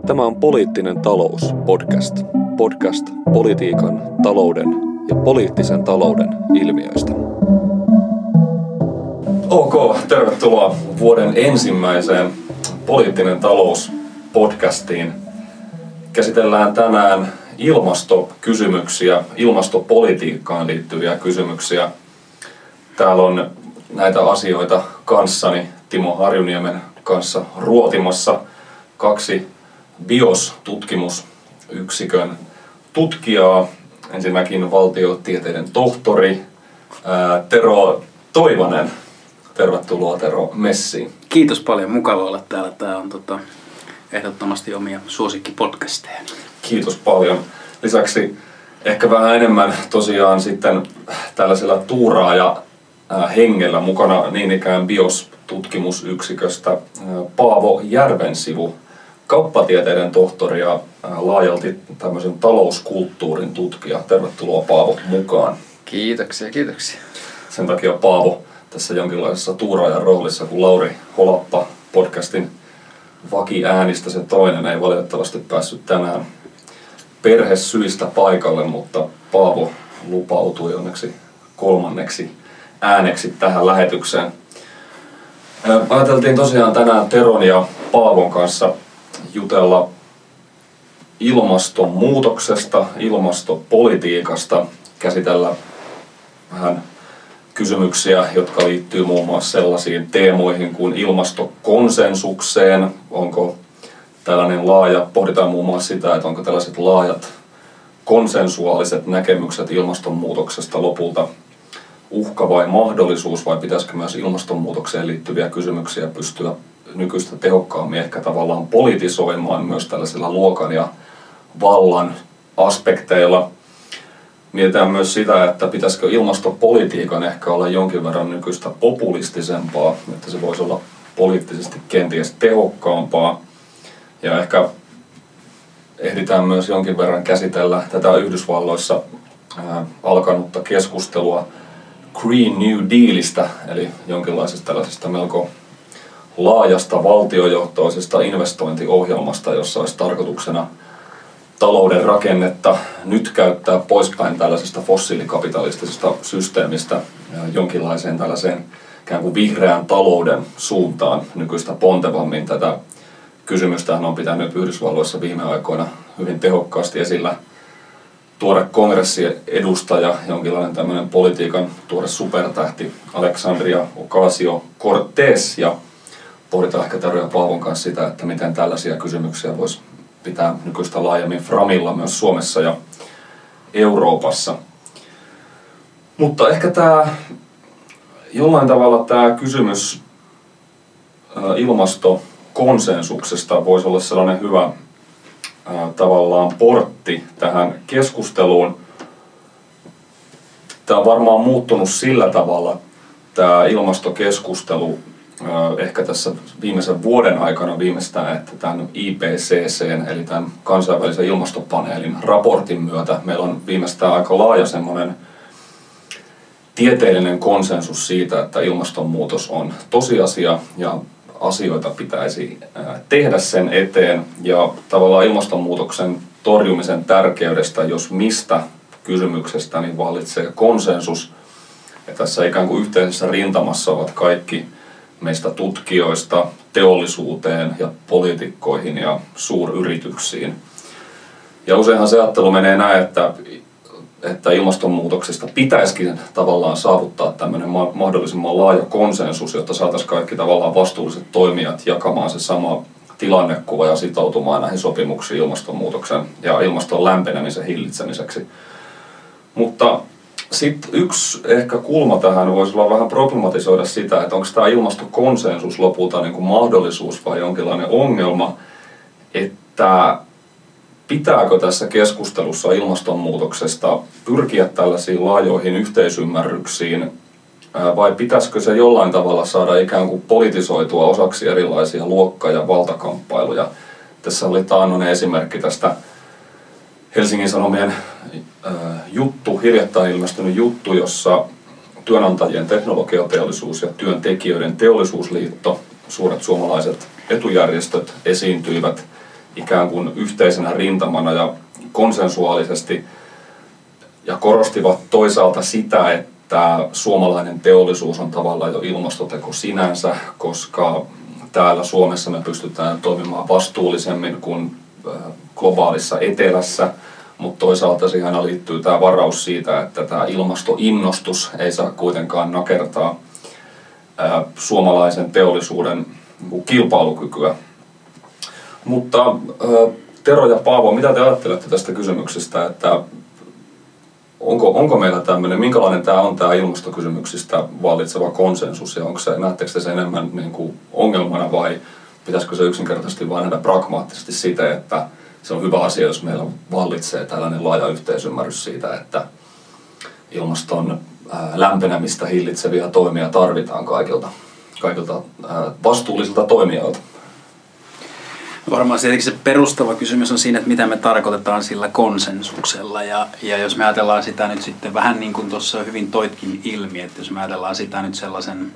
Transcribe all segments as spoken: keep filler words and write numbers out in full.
Tämä on Poliittinen talous podcast. Podcast politiikan, talouden ja poliittisen talouden ilmiöistä. Ok, tervetuloa vuoden ensimmäiseen Poliittinen talous podcastiin. Käsitellään tänään ilmastokysymyksiä, ilmastopolitiikkaan liittyviä kysymyksiä. Täällä on näitä asioita kanssani Timo Harjuniemen kanssa ruotimassa kaksi BIOS-tutkimusyksikön tutkijaa. Ensinnäkin valtiotieteiden tohtori ää, Tero Toivonen. Tervetuloa Tero messiin. Kiitos paljon, mukava olla täällä. Tämä on tota, ehdottomasti omia suosikkipodcasteja. Kiitos paljon. Lisäksi ehkä vähän enemmän tosiaan sitten tällaisella tuuraaja hengellä mukana niin ikään BIOS-tutkimusyksiköstä Paavo Järvensivu, kauppatieteiden tohtori ja laajalti tämmöisen talouskulttuurin tutkija. Tervetuloa Paavo mukaan. Kiitoksia, kiitoksia. Sen takia Paavo tässä jonkinlaisessa tuuraajan roolissa, kun Lauri Holappa podcastin vakiäänistä se toinen ei valitettavasti päässyt tänään perhesyistä paikalle, mutta Paavo lupautui onneksi kolmanneksi ääneksi tähän lähetykseen. Ajateltiin tosiaan tänään Teron ja Paavon kanssa jutella ilmastonmuutoksesta, ilmastopolitiikasta, käsitellä vähän kysymyksiä, jotka liittyy muun muassa sellaisiin teemoihin kuin ilmastokonsensukseen. Onko tällainen laaja, pohditaan muun muassa sitä, että onko tällaiset laajat konsensuaaliset näkemykset ilmastonmuutoksesta lopulta uhka vai mahdollisuus, vai pitäisikö myös ilmastonmuutokseen liittyviä kysymyksiä pystyä nykyistä tehokkaammin ehkä tavallaan politisoimaan myös tällaisilla luokan ja vallan aspekteilla. Mietitään myös sitä, että pitäisikö ilmastopolitiikan ehkä olla jonkin verran nykyistä populistisempaa, että se voisi olla poliittisesti kenties tehokkaampaa. Ja ehkä ehditään myös jonkin verran käsitellä tätä Yhdysvalloissa ää, alkanutta keskustelua Green New Dealista, eli jonkinlaisesta tällaisesta melko laajasta valtiojohtoisesta investointiohjelmasta, jossa olisi tarkoituksena talouden rakennetta nyt käyttää poispäin tällaisesta fossiilikapitalistisesta systeemistä jonkinlaiseen tällaiseen ikään kuin vihreän talouden suuntaan nykyistä pontevammin. Tätä kysymystähän on pitänyt Yhdysvalloissa viime aikoina hyvin tehokkaasti esillä tuore kongressiedustaja, jonkinlainen tämmöinen politiikan tuore supertähti Alexandria Ocasio-Cortez, ja pohditaan ehkä Tero ja Paavon kanssa sitä, että miten tällaisia kysymyksiä voisi pitää nykyistä laajemmin framilla myös Suomessa ja Euroopassa. Mutta ehkä tämä jollain tavalla tämä kysymys ilmastokonsensuksesta voisi olla sellainen hyvä tavallaan portti tähän keskusteluun. Tämä on varmaan muuttunut sillä tavalla, tämä ilmastokeskustelu ehkä tässä viimeisen vuoden aikana viimeistään, että tämän I P C C:n eli tämän kansainvälisen ilmastopaneelin raportin myötä meillä on viimeistään aika laaja semmoinen tieteellinen konsensus siitä, että ilmastonmuutos on tosiasia ja asioita pitäisi tehdä sen eteen, ja tavallaan ilmastonmuutoksen torjumisen tärkeydestä, jos mistä kysymyksestä, niin vallitsee konsensus. Ja tässä ikään kuin yhteisessä rintamassa ovat kaikki meistä tutkijoista teollisuuteen ja poliitikkoihin ja suuryrityksiin. Ja useinhan se ajattelu menee näin, että, että ilmastonmuutoksesta pitäisikin tavallaan saavuttaa tämmöinen mahdollisimman laaja konsensus, jotta saataisiin kaikki tavallaan vastuulliset toimijat jakamaan se sama tilannekuva ja sitoutumaan näihin sopimuksiin ilmastonmuutoksen ja ilmaston lämpenemisen hillitsemiseksi. Mutta sitten yksi ehkä kulma tähän voisi olla vähän problematisoida sitä, että onko tämä ilmastokonsensus lopulta niin kuin mahdollisuus vai jonkinlainen ongelma, että pitääkö tässä keskustelussa ilmastonmuutoksesta pyrkiä tällaisiin laajoihin yhteisymmärryksiin vai pitäisikö se jollain tavalla saada ikään kuin politisoitua osaksi erilaisia luokka- ja valtakamppailuja. Tässä oli taannoinen esimerkki tästä Helsingin Sanomien juttu, hiljattain ilmestynyt juttu, jossa työnantajien teknologiateollisuus ja työntekijöiden teollisuusliitto, suuret suomalaiset etujärjestöt esiintyivät ikään kuin yhteisenä rintamana ja konsensuaalisesti ja korostivat toisaalta sitä, että suomalainen teollisuus on tavallaan jo ilmastoteko sinänsä, koska täällä Suomessa me pystytään toimimaan vastuullisemmin kuin globaalissa etelässä, mutta toisaalta siihen liittyy tämä varaus siitä, että tämä ilmastoinnostus ei saa kuitenkaan nakertaa suomalaisen teollisuuden kilpailukykyä. Mutta Tero ja Paavo, mitä te ajattelette tästä kysymyksestä, että onko, onko meillä tämmöinen, minkälainen tämä on tämä ilmastokysymyksistä vallitseva konsensus ja onko se, näettekö te se enemmän niin kuin ongelmana vai pitäisikö se yksinkertaisesti vain nähdä pragmaattisesti sitä, että se on hyvä asia, jos meillä vallitsee tällainen laaja yhteisymmärrys siitä, että ilmaston lämpenemistä hillitseviä toimia tarvitaan kaikilta, kaikilta vastuullisilta toimijoilta. Varmaan se perustava kysymys on siinä, että mitä me tarkoitetaan sillä konsensuksella. Ja, ja jos me ajatellaan sitä nyt sitten vähän niin kuin tuossa hyvin toitkin ilmi, että jos me ajatellaan sitä nyt sellaisen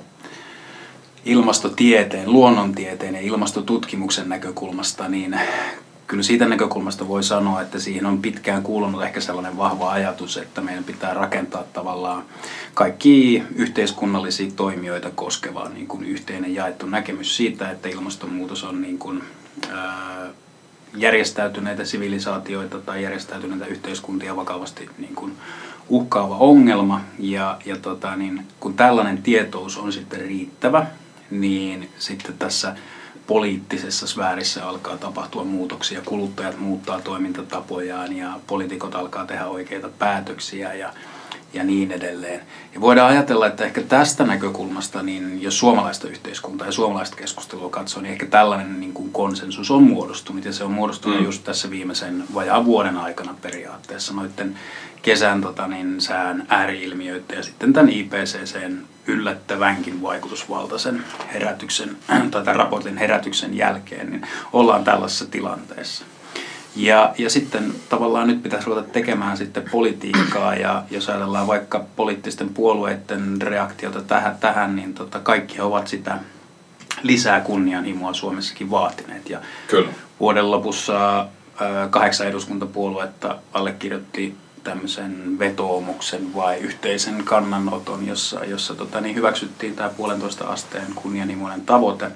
ilmastotieteen, luonnontieteen ja ilmastotutkimuksen näkökulmasta, niin kyllä siitä näkökulmasta voi sanoa, että siihen on pitkään kuulunut ehkä sellainen vahva ajatus, että meidän pitää rakentaa tavallaan kaikki yhteiskunnallisia toimijoita koskeva niin kuin yhteinen jaettu näkemys siitä, että ilmastonmuutos on niin kuin, ää, järjestäytyneitä sivilisaatioita tai järjestäytyneitä yhteiskuntia vakavasti niin kuin uhkaava ongelma. Ja, ja tota, niin, kun tällainen tietous on sitten riittävä, niin sitten tässä poliittisessa sfäärissä alkaa tapahtua muutoksia, kuluttajat muuttaa toimintatapojaan ja poliitikot alkaa tehdä oikeita päätöksiä ja, ja niin edelleen. Ja voidaan ajatella, että ehkä tästä näkökulmasta, niin jos suomalaista yhteiskuntaa ja suomalaista keskustelua katsoo, niin ehkä tällainen niin kuin konsensus on muodostunut ja se on muodostunut mm. just tässä viimeisen vajaan vuoden aikana periaatteessa noiden kesän tota, niin, sään ääri-ilmiöiden ja sitten tämän I P C C:n yllättävänkin vaikutusvaltaisen herätyksen tai tämän raportin herätyksen jälkeen, niin ollaan tällaisessa tilanteessa. Ja, ja sitten tavallaan nyt pitäisi ruveta tekemään sitten politiikkaa ja jos ajatellaan vaikka poliittisten puolueiden reaktiota tähän, tähän niin tota, kaikki ovat sitä lisää kunnianhimoa Suomessakin vaatineet. Ja Kyllä. Vuoden lopussa ää, kahdeksan eduskuntapuoluetta allekirjoitti tämmöisen vetoomuksen vai yhteisen kannanoton, jossa, jossa tota, niin hyväksyttiin tämä puolentoista asteen kunnianhimoinen tavoite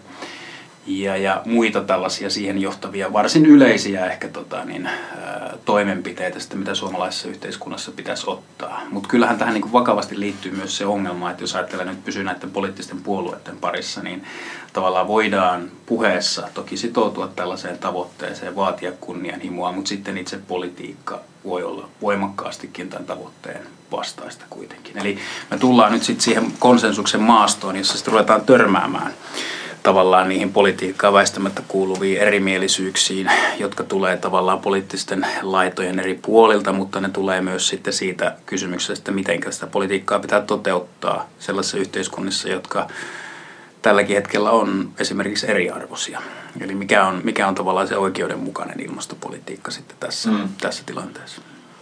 ja, ja muita tällaisia siihen johtavia varsin yleisiä ehkä tota, niin, ää, toimenpiteitä, sitten, mitä suomalaisessa yhteiskunnassa pitäisi ottaa. Mutta kyllähän tähän niin kuin vakavasti liittyy myös se ongelma, että jos ajattelee nyt pysyä näiden poliittisten puolueiden parissa, niin tavallaan voidaan puheessa toki sitoutua tällaiseen tavoitteeseen, vaatia kunnianhimoa, mutta sitten itse politiikka voi olla voimakkaastikin tämän tavoitteen vastaista kuitenkin. Eli me tullaan nyt sitten siihen konsensuksen maastoon, jossa sitten ruvetaan törmäämään tavallaan niihin politiikkaan väistämättä kuuluviin erimielisyyksiin, jotka tulee tavallaan poliittisten laitojen eri puolilta, mutta ne tulee myös sitten siitä kysymyksestä, miten sitä politiikkaa pitää toteuttaa sellaisissa yhteiskunnissa, jotka tälläkin hetkellä on esimerkiksi eriarvoisia. Eli mikä on, mikä on tavallaan se oikeudenmukainen ilmastopolitiikka sitten tässä, mm. tässä tilanteessa?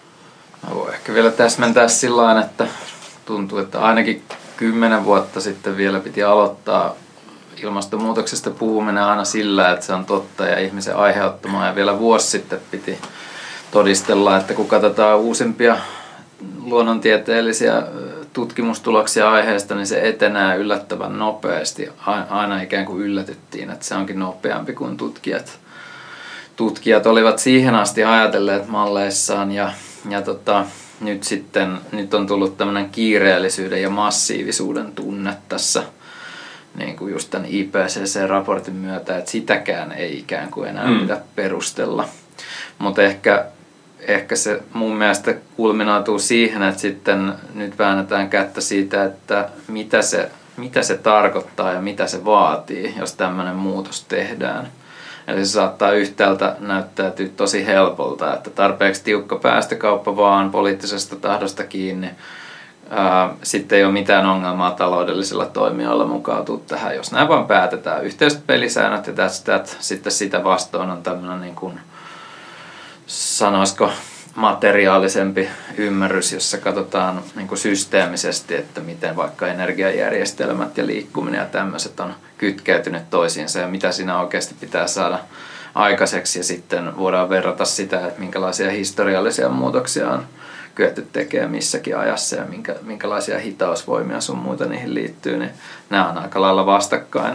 Mä voin ehkä vielä täsmentää sillä tavalla, että tuntuu, että ainakin kymmenen vuotta sitten vielä piti aloittaa ilmastonmuutoksesta puhuminen aina sillä, että se on totta ja ihmisen aiheuttamaa. Ja vielä vuosi sitten piti todistella, että kun katsotaan uusimpia luonnontieteellisiä tutkimustuloksia aiheesta, niin se etenee yllättävän nopeasti. Aina ikään kuin yllätyttiin, että se onkin nopeampi kuin tutkijat. Tutkijat olivat siihen asti ajatelleet malleissaan ja, ja tota, nyt sitten nyt on tullut tämmöinen kiireellisyyden ja massiivisuuden tunne tässä niin kuin just tämän I P C C-raportin myötä, että sitäkään ei ikään kuin enää mm. pidä perustella. Mutta ehkä, ehkä se mun mielestä kulminaatuu siihen, että sitten nyt väännetään kättä siitä, että mitä se, mitä se tarkoittaa ja mitä se vaatii, jos tämmöinen muutos tehdään. Eli se saattaa yhtäältä näyttäytyä tosi helpolta, että tarpeeksi tiukka päästökauppa vaan poliittisesta tahdosta kiinni. Ää, sitten ei ole mitään ongelmaa taloudellisilla toimijoilla mukautua tähän, jos nämä vaan päätetään yhteiset pelisäännöt ja tästä, sitten sitä vastoin on tämmöinen niin kuin, sanoisiko materiaalisempi ymmärrys, jossa katsotaan niin kuin systeemisesti, että miten vaikka energiajärjestelmät ja liikkuminen ja tämmöiset on kytkeytyneet toisiinsa ja mitä siinä oikeasti pitää saada aikaiseksi ja sitten voidaan verrata sitä, että minkälaisia historiallisia muutoksia on kyetty tekemään missäkin ajassa ja minkä, minkälaisia hitausvoimia sun muuta niihin liittyy, niin nämä on aika lailla vastakkain.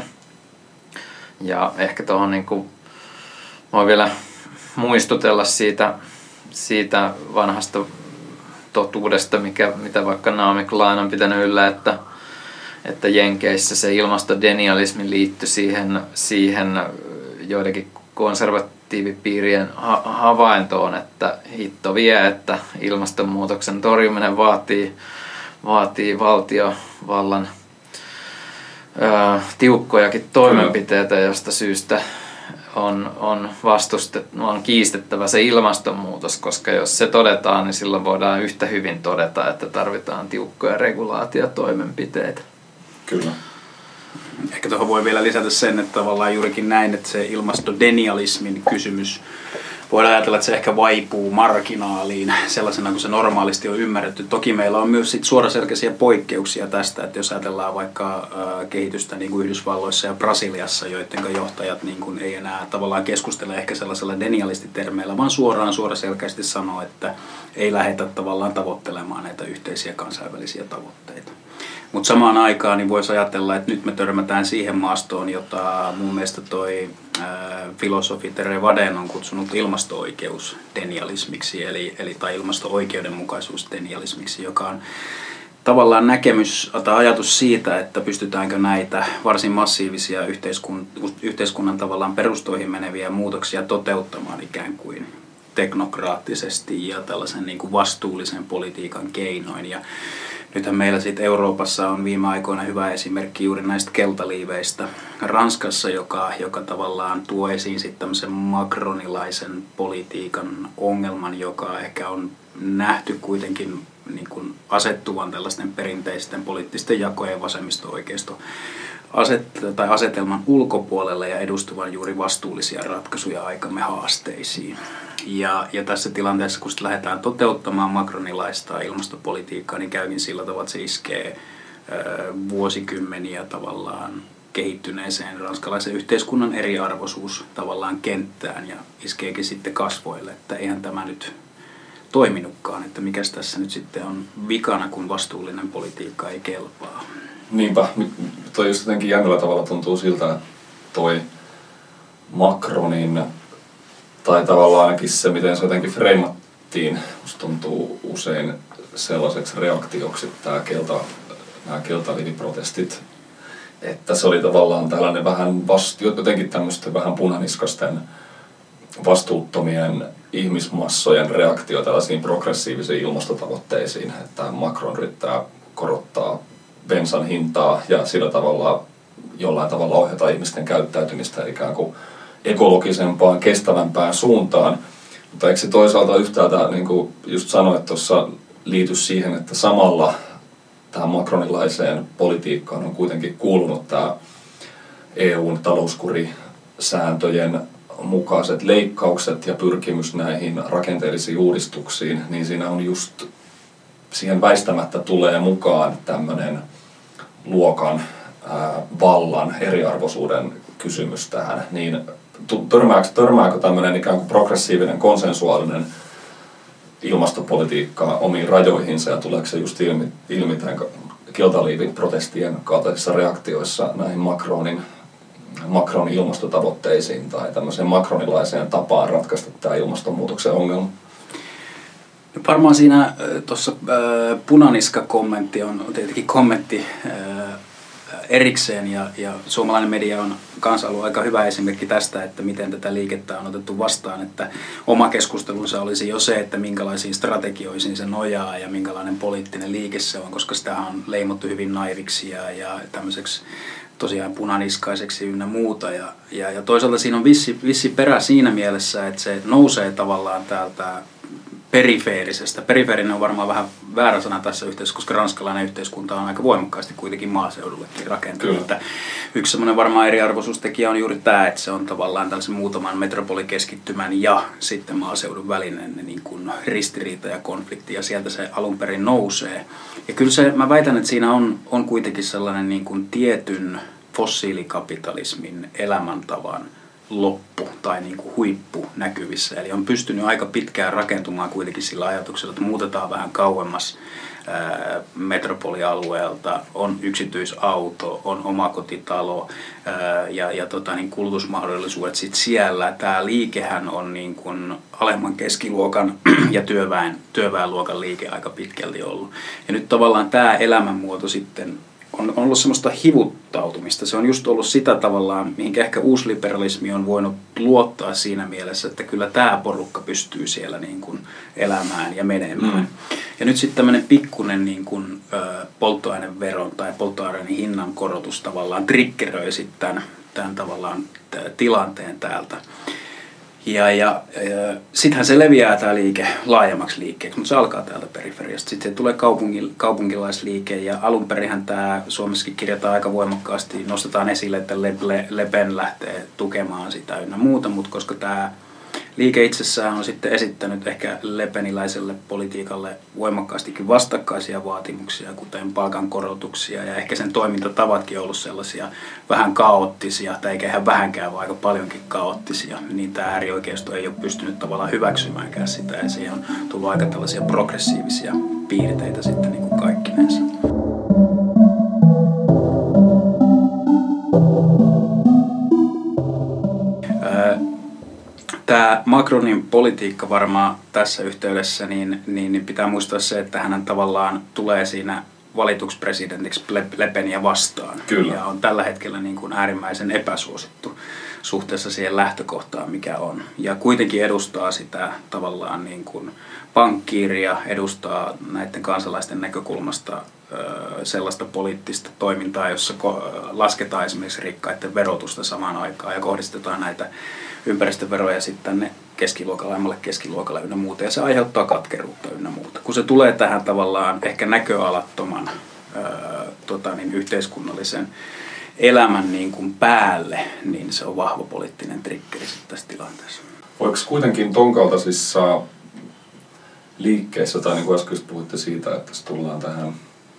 Ja ehkä tuohon niin kuin, voin vielä muistutella siitä, siitä vanhasta totuudesta, mikä, mitä vaikka Naomi Klein on pitänyt yllä, että, että Jenkeissä se ilmastodenialismi liittyi siihen, siihen joidenkin konservatiivipiirien ha- havaintoon, että hitto vie, että ilmastonmuutoksen torjuminen vaatii, vaatii valtiovallan ö, tiukkojakin toimenpiteitä, josta syystä on, on, vastustet, on kiistettävä se ilmastonmuutos, koska jos se todetaan, niin silloin voidaan yhtä hyvin todeta, että tarvitaan tiukkoja regulaatiotoimenpiteitä. Kyllä. Ehkä tuohon voi vielä lisätä sen, että tavallaan juurikin näin, että se ilmastodenialismin kysymys, voidaan ajatella, että se ehkä vaipuu marginaaliin sellaisena kuin se normaalisti on ymmärretty. Toki meillä on myös sit suoraselkäisiä poikkeuksia tästä, että jos ajatellaan vaikka kehitystä niin kuin Yhdysvalloissa ja Brasiliassa, joiden johtajat niin kuin ei enää tavallaan keskustele ehkä sellaisella denialistitermeillä, vaan suoraan suoraselkäisesti sanoo, että ei lähdetä tavallaan tavoittelemaan näitä yhteisiä kansainvälisiä tavoitteita. Mutta samaan aikaan niin voisi ajatella, että nyt me törmätään siihen maastoon, jota mun mielestä toi ää, filosofi Tere Vaden on kutsunut ilmasto-oikeusdenialismiksi, eli, eli tai ilmasto-oikeudenmukaisuusdenialismiksi, joka on tavallaan näkemys tai ajatus siitä, että pystytäänkö näitä varsin massiivisia yhteiskun, yhteiskunnan tavallaan perustoihin meneviä muutoksia toteuttamaan ikään kuin teknokraattisesti ja tällaisen niin kuin vastuullisen politiikan keinoin. Ja nythän meillä sitten Euroopassa on viime aikoina hyvä esimerkki juuri näistä keltaliiveistä Ranskassa, joka, joka tavallaan tuo esiin sitten tämmöisen macronilaisen politiikan ongelman, joka ehkä on nähty kuitenkin niin kuin asettuvan tällaisten perinteisten poliittisten jakojen vasemmisto-oikeisto aset, tai asetelman ulkopuolelle ja edustuvan juuri vastuullisia ratkaisuja aikamme haasteisiin. Ja, ja tässä tilanteessa, kun lähdetään toteuttamaan makronilaista ilmastopolitiikkaa, niin käykin sillä tavalla, että se iskee ö, vuosikymmeniä tavallaan kehittyneeseen ranskalaisen yhteiskunnan eriarvoisuus tavallaan kenttään ja iskeekin sitten kasvoille, että eihän tämä nyt toiminutkaan, että mikäs tässä nyt sitten on vikana, kun vastuullinen politiikka ei kelpaa. Niinpä, toi just jotenkin jännällä tavalla tuntuu siltä, että toi Macronin, tai tavallaan ainakin se, miten se jotenkin freimattiin, musta tuntuu usein sellaiseksi reaktioksi tämä kelta, nämä keltaliiviprotestit, että se oli tavallaan tällainen vähän vast, jotenkin tämmöisten vähän punaniskasten vastuuttomien ihmismassojen reaktio tällaisiin progressiivisiin ilmastotavoitteisiin, että Macron yrittää korottaa bensan hintaa ja sillä tavalla jollain tavalla ohjata ihmisten käyttäytymistä ikään kuin ekologisempaan, kestävämpään suuntaan. Mutta eikö se toisaalta yhtäältä, niin kuin just sanoit tuossa, liity siihen, että samalla tähän macronilaiseen politiikkaan on kuitenkin kuulunut tämä E U:n talouskurisääntöjen mukaiset leikkaukset ja pyrkimys näihin rakenteellisiin uudistuksiin, niin siinä on just, siihen väistämättä tulee mukaan tämmöinen luokan ää, vallan eriarvoisuuden kysymys tähän, niin törmääkö, törmääkö tämmöinen ikään kuin progressiivinen konsensuaalinen ilmastopolitiikka omiin rajoihinsa ja tuleeko se just ilmi, ilmi tämän keltaliiviprotestien kaltaisissa reaktioissa näihin Macronin, Macronin ilmastotavoitteisiin tai tämmöiseen macronilaiseen tapaan ratkaista tämä ilmastonmuutoksen ongelma? Varmaan siinä tuossa äh, punaniska-kommentti on tietenkin kommentti äh, erikseen ja, ja suomalainen media on kanssa ollut aika hyvä esimerkki tästä, että miten tätä liikettä on otettu vastaan, että oma keskustelunsa olisi jo se, että minkälaisiin strategioisiin se nojaa ja minkälainen poliittinen liike se on, koska sitä on leimottu hyvin naiviksi ja, ja tämmöiseksi tosiaan punaniskaiseksi ynnä muuta ja, ja, ja toisaalta siinä on vissi, vissi perä siinä mielessä, että se nousee tavallaan täältä perifeerisestä. Perifeerinen on varmaan vähän väärä sana tässä yhteydessä, koska ranskalainen yhteiskunta on aika voimakkaasti kuitenkin maaseudullekin rakentunut. Että yksi semmoinen varmaan eriarvoisuustekijä on juuri tämä, että se on tavallaan tällaisen muutaman metropolikeskittymän ja sitten maaseudun välinen niin kuin ristiriita ja konflikti, ja sieltä se alun perin nousee. Ja kyllä se, mä väitän, että siinä on, on kuitenkin sellainen niin kuin tietyn fossiilikapitalismin elämäntavan loppu tai niin kuin huippu näkyvissä. Eli on pystynyt aika pitkään rakentumaan kuitenkin sillä ajatuksella, että muutetaan vähän kauemmas ää, metropolialueelta, on yksityisauto, on omakotitalo ää, ja, ja tota, niin kulutusmahdollisuudet sit siellä. Tämä liikehän on niin kuin alemman keskiluokan ja työväen, työväenluokan liike aika pitkälti ollut. Ja nyt tavallaan tämä elämänmuoto sitten on ollut semmoista hivuttautumista. Se on just ollut sitä tavallaan, mihinkä ehkä uusliberalismi on voinut luottaa siinä mielessä, että kyllä tämä porukka pystyy siellä niin kuin elämään ja menemään. Mm. Ja nyt sitten tämmöinen pikkuinen niin kuin, ö, polttoaineveron tai polttoaineen hinnan korotus tavallaan triggeröi sitten tämän, tämän tavallaan tämän tilanteen täältä. Ja, ja, ja sittenhän se leviää tämä liike laajemmaksi liikkeeksi, mutta se alkaa täältä periferiasta. Sitten se tulee kaupungin, kaupunkilaisliike ja alun perinhän tämä Suomessakin kirjataan aika voimakkaasti, nostetaan esille, että Le, Le, Le Pen lähtee tukemaan sitä ynnä muuta, mutta koska tämä liike itsessään on sitten esittänyt ehkä lepeniläiselle politiikalle voimakkaastikin vastakkaisia vaatimuksia, kuten palkankorotuksia, ja ehkä sen toimintatavatkin on ollut sellaisia vähän kaoottisia, tai eikä ihan vähänkään, vaan aika paljonkin kaoottisia, niin tämä äärioikeisto ei ole pystynyt tavallaan hyväksymäänkään sitä, ja siihen on tullut aika tällaisia progressiivisia piirteitä sitten niin kuin kaikkinensa. Tämä Macronin politiikka varmaan tässä yhteydessä, niin, niin, niin pitää muistaa se, että hän tavallaan tulee siinä valituksi presidentiksi Le Peniä vastaan. Kyllä. Ja on tällä hetkellä niin kuin äärimmäisen epäsuosittu suhteessa siihen lähtökohtaan, mikä on. Ja kuitenkin edustaa sitä tavallaan niin kuin pankkiiria, edustaa näiden kansalaisten näkökulmasta sellaista poliittista toimintaa, jossa lasketaan esimerkiksi rikkaiden verotusta samaan aikaan ja kohdistetaan näitä ympäristöveroja sitten tänne keskiluokalle, alemmalle keskiluokalle ynnä muuta. Ja se aiheuttaa katkeruutta ynnä muuta. Kun se tulee tähän tavallaan ehkä näköalattoman ää, tota niin, yhteiskunnallisen elämän niin kuin päälle, niin se on vahva poliittinen triggeri sitten tässä tilanteessa. Voiko kuitenkin ton kaltaisissa liikkeissä, tai niin kuin äsken puhuitte siitä, että tässä tullaan tähän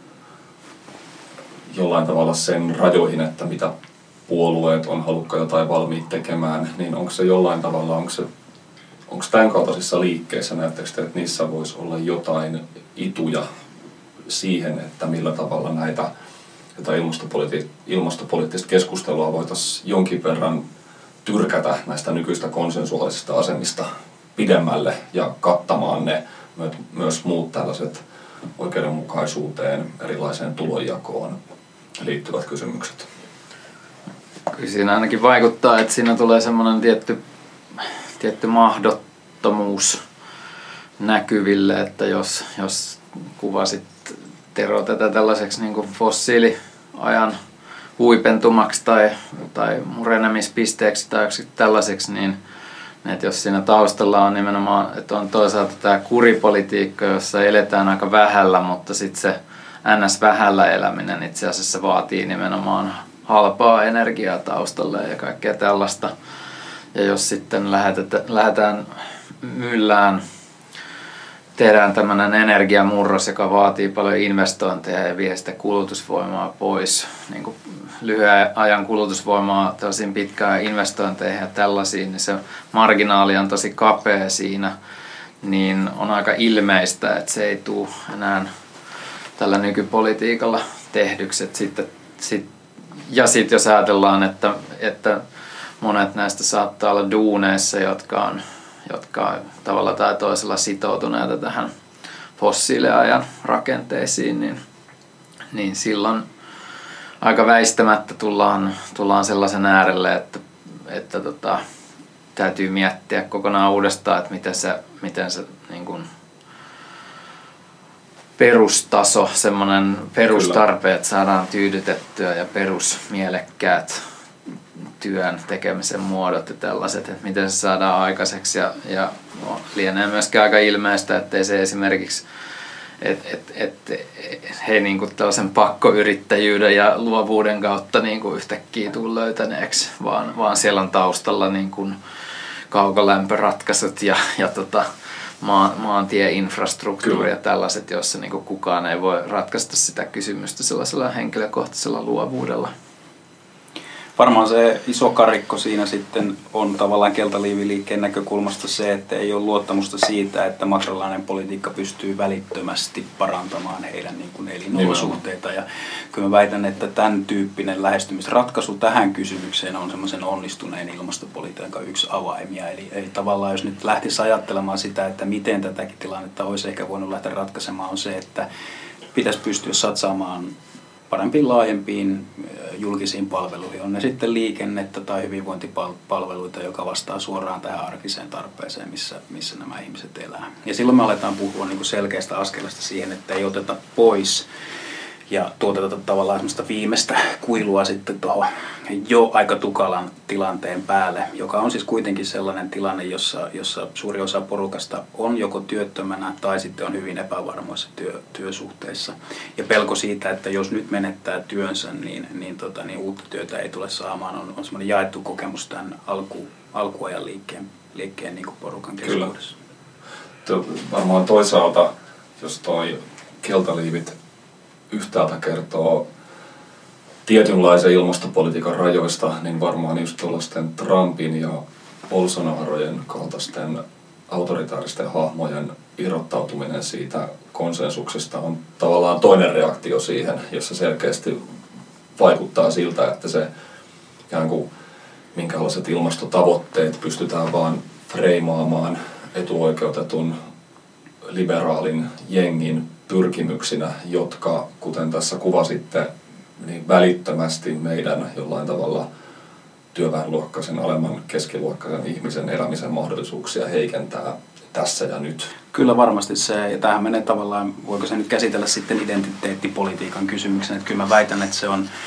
jollain tavalla sen rajoihin, että mitä puolueet on halukkaita tai valmiit tekemään, niin onko se jollain tavalla, onko se onko tämän kaltaisissa liikkeissä, näettekö te, että niissä voisi olla jotain ituja siihen, että millä tavalla näitä ilmastopoliitti- ilmastopoliittista keskustelua voitaisiin jonkin verran tyrkätä näistä nykyistä konsensuaalisista asemista pidemmälle ja kattamaan ne myös muut tällaiset oikeudenmukaisuuteen, erilaiseen tulonjakoon liittyvät kysymykset? Kyllä siinä ainakin vaikuttaa, että siinä tulee semmoinen tietty, tietty mahdottomuus näkyville, että jos, jos kuvasit Tero tätä tällaiseksi niin kuin fossiiliajan huipentumaksi tai, tai murenemispisteeksi tai tällaiseksi, niin että jos siinä taustalla on nimenomaan, että on toisaalta tämä kuripolitiikka, jossa eletään aika vähällä, mutta sitten se ns. Vähällä eläminen itse asiassa vaatii nimenomaan halpaa energiaa taustalle ja kaikkea tällaista. Ja jos sitten lähdetään myllään, tehdään tämmöinen energiamurros, joka vaatii paljon investointeja ja vie sitä kulutusvoimaa pois, niin kuin lyhyen ajan kulutusvoimaa tällaisiin pitkään investointeihin ja tällaisiin, niin se marginaali on tosi kapea siinä, niin on aika ilmeistä, että se ei tule enää tällä nykypolitiikalla tehdyksi. Että sitten, sit, ja sitten jos ajatellaan, että, että monet näistä saattaa olla duuneissa, jotka on, jotka on tavalla tai toisella sitoutuneita tähän fossiiliajan rakenteisiin, niin, niin silloin aika väistämättä tullaan, tullaan sellaisen äärelle, että, että tota, täytyy miettiä kokonaan uudestaan, että miten se, miten se niin kuin perustaso, semmoinen perustarpeet saadaan tyydytettyä ja perusmielekkäät työn tekemisen muodot ja tällaiset, että miten se saadaan aikaiseksi. Ja, ja no, lienee myöskään aika ilmeistä, ettei se esimerkiksi että et, et, et, he niinku tällaisen pakkoyrittäjyyden ja luovuuden kautta niinku yhtäkkiä tule löytäneeksi, vaan, vaan siellä on taustalla niinku kaukolämpöratkaisut ja, ja tota, maan, maantieinfrastruktuuri ja tällaiset, joissa niinku kukaan ei voi ratkaista sitä kysymystä sellaisella henkilökohtaisella luovuudella. Varmaan se iso karikko siinä sitten on tavallaan keltaliiviliikkeen näkökulmasta se, että ei ole luottamusta siitä, että makrolainen politiikka pystyy välittömästi parantamaan heidän niin kuin elinolosuhteita. Ja kyllä mä väitän, että tämän tyyppinen lähestymisratkaisu tähän kysymykseen on semmoisen onnistuneen ilmastopolitiikan yksi avaimia. Eli, eli tavallaan jos nyt lähtisi ajattelemaan sitä, että miten tätäkin tilannetta olisi ehkä voinut lähteä ratkaisemaan, on se, että pitäisi pystyä satsaamaan parempiin laajempiin julkisiin palveluihin. On ne sitten liikennettä tai hyvinvointipalveluita, joka vastaa suoraan tähän arkiseen tarpeeseen, missä, missä nämä ihmiset elää. Ja silloin me aletaan puhua niin kuin selkeästä askelesta siihen, että ei oteta pois ja tuoteta tavallaan semmoista viimeistä kuilua sitten tuohon jo aika tukalan tilanteen päälle, joka on siis kuitenkin sellainen tilanne, jossa, jossa suuri osa porukasta on joko työttömänä tai sitten on hyvin epävarmoissa työ, työsuhteissa. Ja pelko siitä, että jos nyt menettää työnsä, niin, niin, tota, niin uutta työtä ei tule saamaan, on, on semmoinen jaettu kokemus tämän alku, alkuajan liikkeen, liikkeen niin kuin porukan keskuudessa. Kyllä. Varmaan toisaalta, jos toi keltaliivit yhtäältä kertoo tietynlaisen ilmastopolitiikan rajoista, niin varmaan just tuollaisten Trumpin ja Bolsonarojen kaltaisten autoritaaristen hahmojen irrottautuminen siitä konsensuksesta on tavallaan toinen reaktio siihen, jossa selkeästi vaikuttaa siltä, että se ikään kuin minkälaiset ilmastotavoitteet pystytään vaan freimaamaan etuoikeutetun liberaalin jengin pyrkimyksinä, jotka, kuten tässä kuvasitte, niin välittömästi meidän jollain tavalla työväenluokkaisen, alemman keskiluokkaisen ihmisen elämisen mahdollisuuksia heikentää tässä ja nyt. Kyllä varmasti se, ja tämähän menee tavallaan, voiko se nyt käsitellä sitten identiteettipolitiikan kysymyksen, että kyllä mä väitän, että se on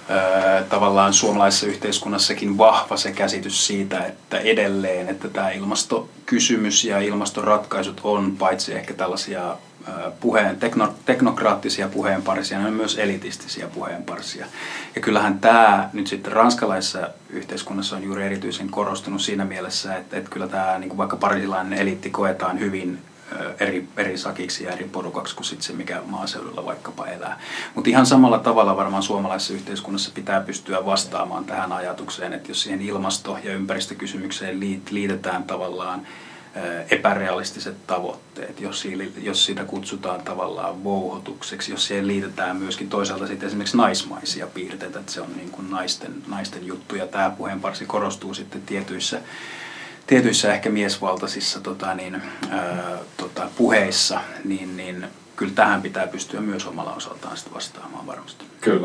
ö, tavallaan suomalaisessa yhteiskunnassakin vahva se käsitys siitä, että edelleen, että tämä ilmastokysymys ja ilmastoratkaisut on paitsi ehkä tällaisia puheen, tekno, teknokraattisia puheenparsia, ne on myös elitistisiä puheenparsia. Ja kyllähän tämä nyt sitten ranskalaisessa yhteiskunnassa on juuri erityisen korostunut siinä mielessä, että, että kyllä tämä niin kuin vaikka parisilainen eliitti koetaan hyvin eri, eri sakiksi ja eri porukaksi kuin sitten se, mikä maaseudulla vaikkapa elää. Mutta ihan samalla tavalla varmaan suomalaisessa yhteiskunnassa pitää pystyä vastaamaan tähän ajatukseen, että jos siihen ilmasto- ja ympäristökysymykseen liitetään tavallaan epärealistiset tavoitteet, jos, siitä, jos sitä kutsutaan tavallaan vouhotukseksi, jos siihen liitetään myöskin toisaalta sitten esimerkiksi naismaisia piirteitä, että se on niin kuin naisten, naisten juttu, ja tämä puheenparsi korostuu sitten tietyissä, tietyissä ehkä miesvaltaisissa tota niin, ää, tota, puheissa, niin, niin kyllä tähän pitää pystyä myös omalla osaltaan sitten vastaamaan varmasti. Kyllä.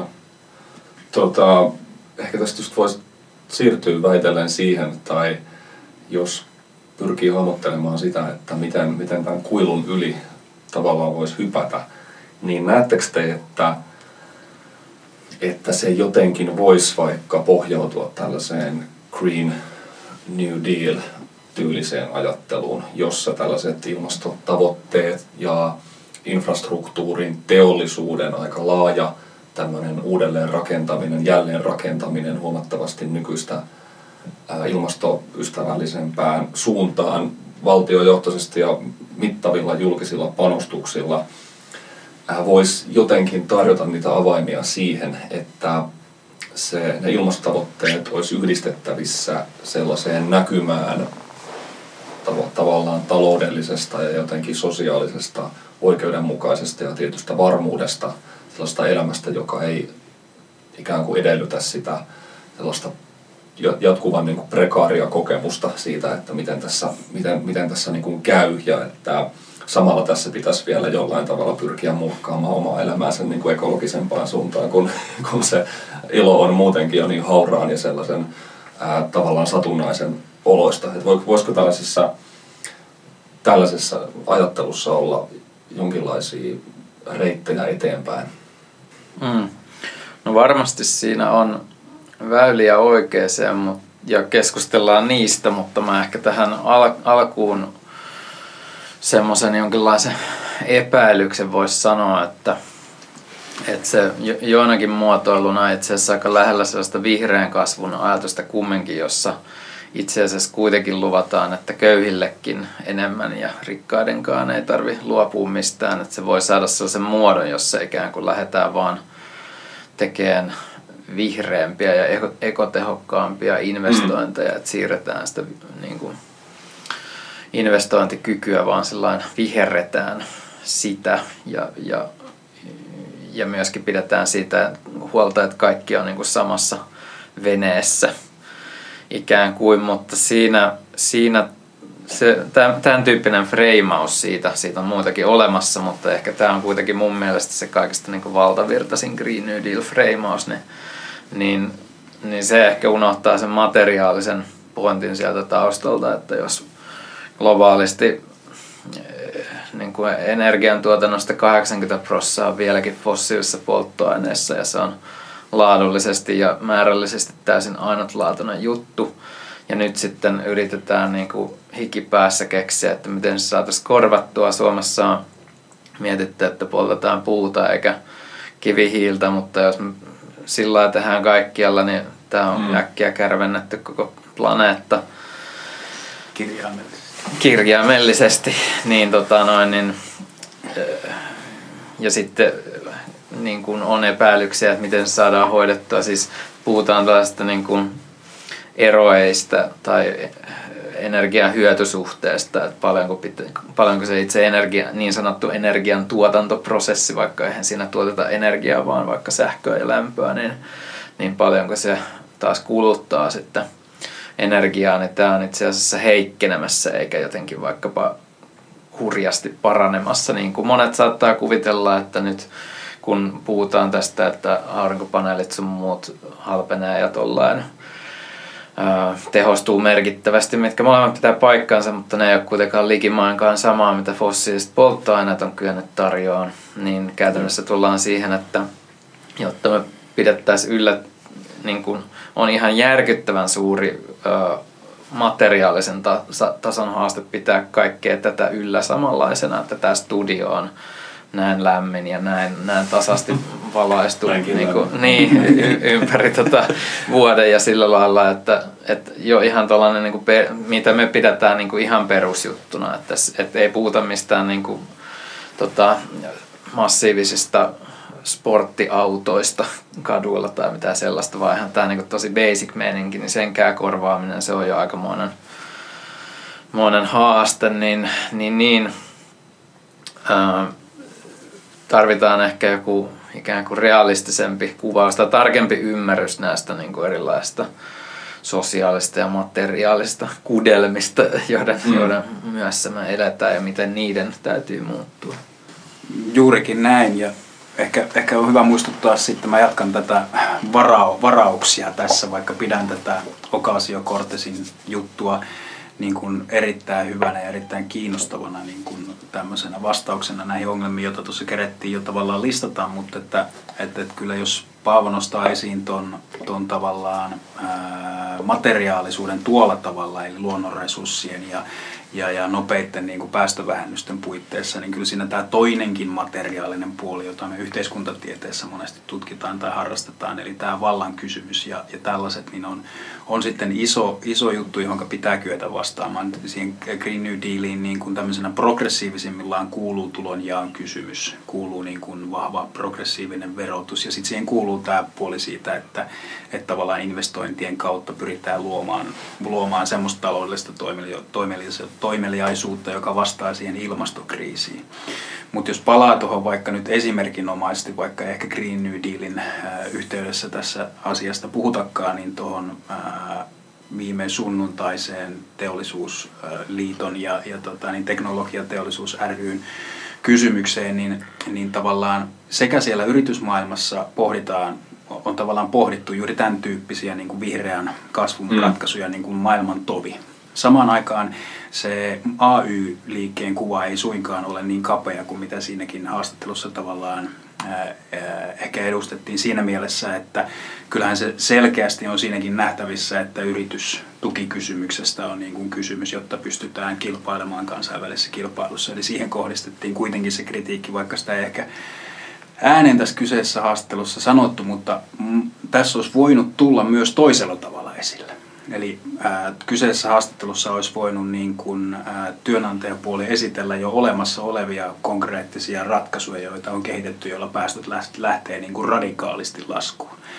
Tota, ehkä tästä just voisi siirtyä väitellen siihen, tai jos pyrkii hahmottelemaan sitä, että miten, miten tämän kuilun yli tavallaan voisi hypätä, niin näettekö te, että, että se jotenkin voisi vaikka pohjautua tällaiseen Green New Deal-tyyliseen ajatteluun, jossa tällaiset ilmastotavoitteet ja infrastruktuurin, teollisuuden aika laaja tämmöinen uudelleen rakentaminen, jälleen rakentaminen huomattavasti nykyistä ilmastoystävällisempään suuntaan valtiojohtoisesti ja mittavilla julkisilla panostuksilla voisi jotenkin tarjota niitä avaimia siihen, että se, ne ilmastotavoitteet olisi yhdistettävissä sellaiseen näkymään tav- tavallaan taloudellisesta ja jotenkin sosiaalisesta, oikeudenmukaisesta ja tietystä varmuudesta, sellaista elämästä, joka ei ikään kuin edellytä sitä sellaista jatkuvan niin kuin prekaaria kokemusta siitä, että miten tässä, miten, miten tässä niin kuin käy, ja että samalla tässä pitäisi vielä jollain tavalla pyrkiä muokkaamaan omaa elämäänsä niin kuin ekologisempaan suuntaan, kun, kun se ilo on muutenkin jo niin hauraan ja sellaisen ää, tavallaan satunnaisen oloista. Että voisiko tällaisessa, tällaisessa ajattelussa olla jonkinlaisia reittejä eteenpäin? Mm. No varmasti siinä on väyliä oikeeseen ja keskustellaan niistä, mutta mä ehkä tähän al- alkuun semmoisen jonkinlaisen epäilyksen voisi sanoa, että, että se jo, joinakin muotoiluna itse asiassa aika lähellä sellaista vihreän kasvun ajatusta kumminkin, jossa itse asiassa kuitenkin luvataan, että köyhillekin enemmän ja rikkaidenkaan ei tarvi luopua mistään, että se voi saada sellaisen muodon, jossa ikään kuin lähdetään vaan tekemään vihreämpiä ja eko- ekotehokkaampia investointeja, mm. että siirretään sitä niin kuin investointikykyä, vaan sellainen viherretään sitä ja, ja, ja myöskin pidetään siitä huolta, että kaikki on niin kuin samassa veneessä ikään kuin, mutta siinä, siinä se, tämän tyyppinen freimaus siitä, siitä on muitakin olemassa, mutta ehkä tämä on kuitenkin mun mielestä se kaikista niin kuin valtavirtaisin Green New Deal freimaus, niin, niin, niin se ehkä unohtaa sen materiaalisen pointin sieltä taustalta, että jos globaalisti niin kuin energiantuotannosta kahdeksankymmentä prosenttia on vieläkin fossiilisissa polttoaineissa ja se on laadullisesti ja määrällisesti täysin ainutlaatuinen juttu. Ja nyt sitten yritetään niin kuin hikipäässä keksiä, että miten se saataisiin korvattua. Suomessa on mietitty, että poltetaan puuta eikä kivihiiltä, mutta jos me sillä lailla tehdään kaikkialla, niin tämä on mm. äkkiä kärvennetty koko planeetta. Kirjaimellisesti. Kirjaimellisesti. Niin, tota noin, niin, ja sitten niin kuin on epäilyksiä, että miten se saadaan hoidettua. Siis puhutaan tällaista niin kuin eroeista tai energian hyötysuhteesta, että paljonko, pitä, paljonko se itse energia, niin sanottu energian tuotantoprosessi, vaikka eihän siinä tuoteta energiaa, vaan vaikka sähköä ja lämpöä, niin, niin paljonko se taas kuluttaa sitten energiaa, niin tämä on itse asiassa heikkenemässä eikä jotenkin vaikkapa hurjasti paranemassa, niin kuin monet saattaa kuvitella, että nyt kun puhutaan tästä, että aurinkopaneelit sun muut halpenee ja tollain tehostuu merkittävästi, mitkä molemmat pitää paikkaansa, mutta ne ei ole kuitenkaan likimainkaan samaa, mitä fossiiliset polttoaineet on kyennyt tarjoamaan, niin käytännössä tullaan siihen, että jotta me pidettäisiin yllä, niin kuin on ihan järkyttävän suuri ö, materiaalisen ta- tason haaste pitää kaikkea tätä yllä samanlaisena, että tämä studio on näin lämmin ja näin, näin tasasti valaistu niin, kuin, niin, y- ympäri tota vuoden ja sillä lailla, että, että jo ihan tollainen, niin kuin pe- mitä me pidetään niin kuin ihan perusjuttuna, että, että ei puhuta mistään niin kuin, tota, massiivisista sporttiautoista kaduilla tai mitään sellaista, vaan ihan tämä niin kuin tosi basic meininki, niin senkään korvaaminen, se on jo aikamoinen monen haaste, niin, niin, niin ää, tarvitaan ehkä joku ikään kuin realistisempi kuvaus tai tarkempi ymmärrys näistä niin kuin erilaisista sosiaalista ja materiaalista kudelmista, joiden, mm. joiden myössä me eletään ja miten niiden täytyy muuttua. Juurikin näin, ja ehkä, ehkä on hyvä muistuttaa sitten, mä jatkan tätä varau, varauksia tässä, vaikka pidän tätä Ocasio-Cortezin juttua niin kuin erittäin hyvänä ja erittäin kiinnostavana niin kuin tämmöisenä vastauksena näihin ongelmiin, joita tuossa kerettiin jo tavallaan listata, mutta että, että, että kyllä jos Paavo nostaa esiin ton, ton tavallaan ää, materiaalisuuden tuolla tavalla, eli luonnonresurssien ja, ja, ja nopeiden niin kuin päästövähennysten puitteissa, niin kyllä siinä tämä toinenkin materiaalinen puoli, jota me yhteiskuntatieteessä monesti tutkitaan tai harrastetaan, eli tämä vallan kysymys ja, ja tällaiset, niin on, on sitten iso, iso juttu, johon pitää kyetä vastaamaan. Siihen Green New Dealiin niin kuin tämmöisenä progressiivisimmillaan kuuluu tulonjaon kysymys, kuuluu niin kuin vahva progressiivinen verotus, ja sitten siihen kuuluu tämä puoli siitä, että, että tavallaan investointien kautta pyritään luomaan, luomaan semmoista taloudellista toimeliaisuutta, joka vastaa siihen ilmastokriisiin. Mutta jos palaa tuohon vaikka nyt esimerkinomaisesti, vaikka ehkä Green New Dealin ää, yhteydessä tässä asiasta puhutakaan, niin tuohon ää, viime sunnuntaiseen teollisuusliiton ja, ja tota, niin teknologiateollisuus ry:n kysymykseen, niin, niin tavallaan sekä siellä yritysmaailmassa pohditaan, on tavallaan pohdittu juuri tämän tyyppisiä niin kuin vihreän kasvun mm. ratkaisuja niin kuin maailman tovi. Samaan aikaan se A Y-liikkeen kuva ei suinkaan ole niin kapea kuin mitä siinäkin haastattelussa tavallaan ää, ää, ehkä edustettiin siinä mielessä, että kyllähän se selkeästi on siinäkin nähtävissä, että yritystukikysymyksestä on niin kuin kysymys, jotta pystytään kilpailemaan kansainvälisessä kilpailussa. Eli siihen kohdistettiin kuitenkin se kritiikki, vaikka sitä ei ehkä ääneen tässä kyseisessä haastattelussa sanottu, mutta mm, tässä olisi voinut tulla myös toisella tavalla esille. Eli ää, kyseisessä haastattelussa olisi voinut niin kuin, ää, työnantajapuoli esitellä jo olemassa olevia konkreettisia ratkaisuja, joita on kehitetty, joilla päästöt lähtee niin kuin radikaalisti laskuun.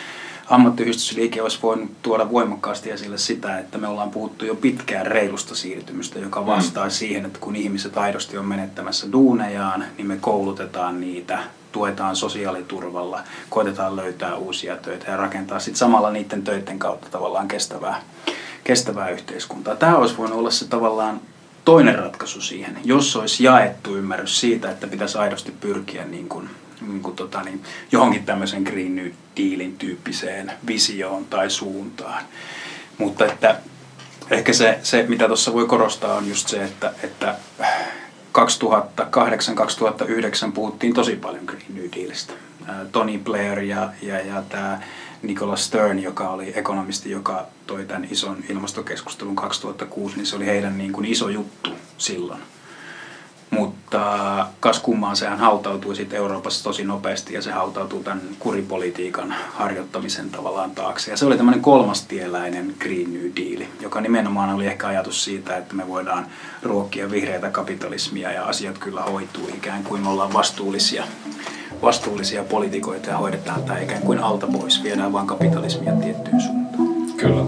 ammattiyhdistysliike olisi voinut tuoda voimakkaasti esille sitä, että me ollaan puhuttu jo pitkään reilusta siirtymystä, joka vastaa mm. siihen, että kun ihmiset aidosti on menettämässä duunejaan, niin me koulutetaan niitä, tuetaan sosiaaliturvalla, koetetaan löytää uusia töitä ja rakentaa sitten samalla niiden töiden kautta tavallaan kestävää, kestävää yhteiskuntaa. Tämä olisi voinut olla se tavallaan toinen ratkaisu siihen, jos olisi jaettu ymmärrys siitä, että pitäisi aidosti pyrkiä niin kuin, niin kuin tota, niin, johonkin tämmöisen Green New Dealin tyyppiseen visioon tai suuntaan. Mutta että ehkä se, se mitä tuossa voi korostaa, on just se, että, että kaksituhattakahdeksan kaksituhattayhdeksän puhuttiin tosi paljon Green New Dealista. Tony Blair ja, ja, ja tämä Nicholas Stern, joka oli ekonomisti, joka toi tämän ison ilmastokeskustelun kaksituhattakuusi, niin se oli heidän niin kuin iso juttu silloin. Mutta kas kummaan sehän hautautui sitten Euroopassa tosi nopeasti ja se hautautui tämän kuripolitiikan harjoittamisen tavallaan taakse. Ja se oli tämmöinen kolmastieläinen Green New Deal, joka nimenomaan oli ehkä ajatus siitä, että me voidaan ruokkia vihreätä kapitalismia ja asiat kyllä hoituu ikään kuin me ollaan vastuullisia, vastuullisia poliitikoita ja hoidetaan tämä ikään kuin alta pois, viedään vaan kapitalismia tiettyyn suuntaan. Kyllä.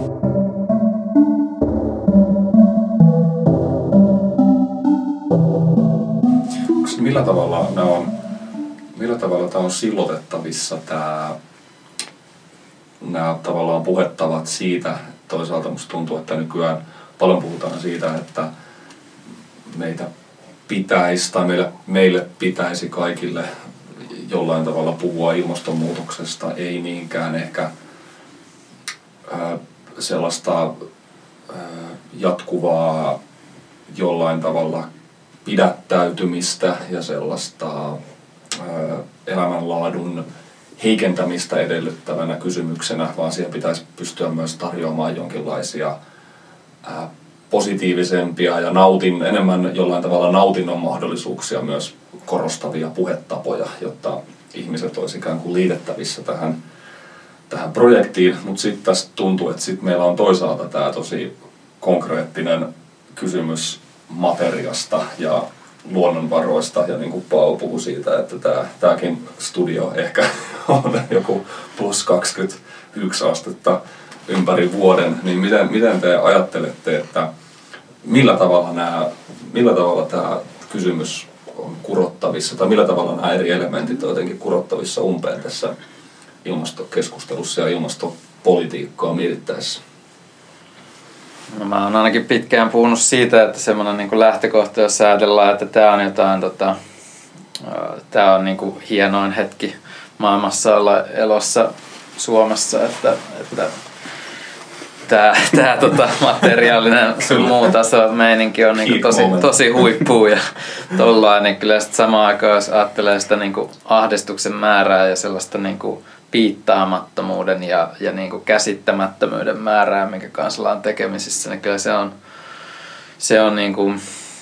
Millä tavalla, nämä on, millä tavalla tämä on sillotettavissa, tämä, nämä tavallaan puhettavat siitä, toisaalta musta tuntuu, että nykyään paljon puhutaan siitä, että meitä pitäisi tai meille, meille pitäisi kaikille jollain tavalla puhua ilmastonmuutoksesta, ei niinkään ehkä ää, sellaista ää, jatkuvaa jollain tavalla pidättäytymistä ja sellaista ää, elämänlaadun heikentämistä edellyttävänä kysymyksenä, vaan siihen pitäisi pystyä myös tarjoamaan jonkinlaisia ää, positiivisempia ja nautin, enemmän jollain tavalla nautinnon mahdollisuuksia myös korostavia puhetapoja, jotta ihmiset olisi ikään kuin liitettävissä tähän, tähän projektiin. Mutta sitten tästä tuntuu, että sit meillä on toisaalta tämä tosi konkreettinen kysymys materiasta ja luonnonvaroista, ja niin kuin Paavo puhui siitä, että tämä, tämäkin studio ehkä on joku plus kaksikymmentäyksi astetta ympäri vuoden, niin miten, miten te ajattelette, että millä tavalla, nämä, millä tavalla tämä kysymys on kurottavissa, tai millä tavalla nämä eri elementit on jotenkin kurottavissa umpeen tässä ilmastokeskustelussa ja ilmastopolitiikkaa mietittäessä? No, mä oon ainakin pitkään puhunut siitä, että semmoinen niin kuin lähtökohta, jos ajatellaan, että tämä on jotain, tota, tämä on niin kuin hienoin hetki maailmassa olla elossa Suomessa, että, että tämä, tämä tota, materiaalinen sun muu taso meininki on niin kuin tosi, tosi huippuu ja tollain, niin kyllä sitten samaan aikaan, jos ajattelee sitä niin kuin ahdistuksen määrää ja sellaista niin kuin piittaamattomuuden ja, ja niin kuin käsittämättömyyden määrää, minkä kanssa ollaan tekemisissä, niin kyllä se on, se on niin kuin,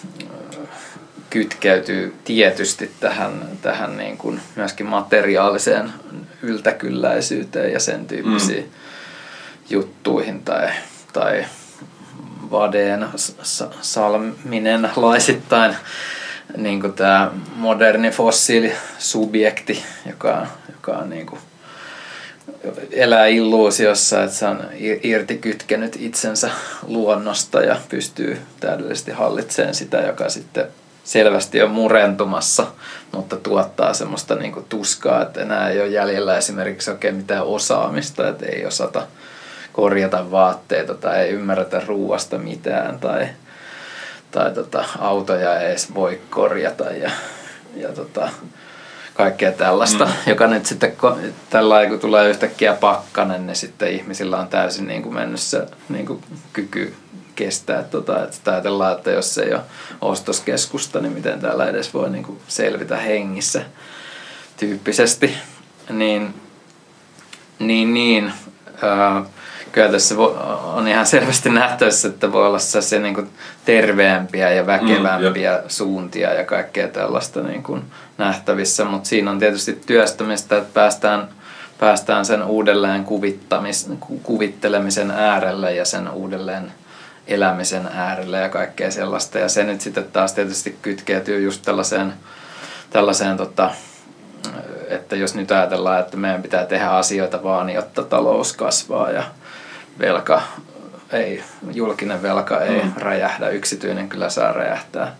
kytkeytyy tietysti tähän, tähän niin kuin myöskin materiaaliseen yltäkylläisyyteen ja sen tyyppisiin mm. juttuihin tai, tai vadeen salminen laisittain niin kuin tämä moderni fossiilisubjekti, joka, joka on niin kuin elää illuusiossa, että se on irti kytkenyt itsensä luonnosta ja pystyy täydellisesti hallitsemaan sitä, joka sitten selvästi on murentumassa, mutta tuottaa semmoista niinku tuskaa, että enää ei ole jäljellä esimerkiksi oikein mitään osaamista, että ei osata korjata vaatteita tai ei ymmärretä ruuasta mitään tai, tai tota, autoja ei edes voi korjata ja, ja tota, kaikkea tällaista, mm. joka nyt sitten tällä kun tulee yhtäkkiä pakkanen, niin sitten ihmisillä on täysin niin kuin mennyt se niin kuin kyky kestää. Tota, että ajatellaan, että jos ei ole ostoskeskusta, niin miten täällä edes voi niin kuin selvitä hengissä tyyppisesti. Niin, niin, niin ää, kyllä tässä on ihan selvästi nähtävissä, että voi olla se niin kuin terveempiä ja väkevämpiä mm, suuntia ja kaikkea tällaista niin kuin nähtävissä, mutta siinä on tietysti työstämistä, että päästään, päästään sen uudelleen kuvittelemisen äärelle ja sen uudelleen elämisen äärelle ja kaikkea sellaista. Ja se nyt sitten taas tietysti kytkeytyy just tällaiseen, tällaiseen tota, että jos nyt ajatellaan, että meidän pitää tehdä asioita vaan, jotta talous kasvaa ja velka ei, julkinen velka ei mm. räjähdä, yksityinen kyllä saa räjähtää.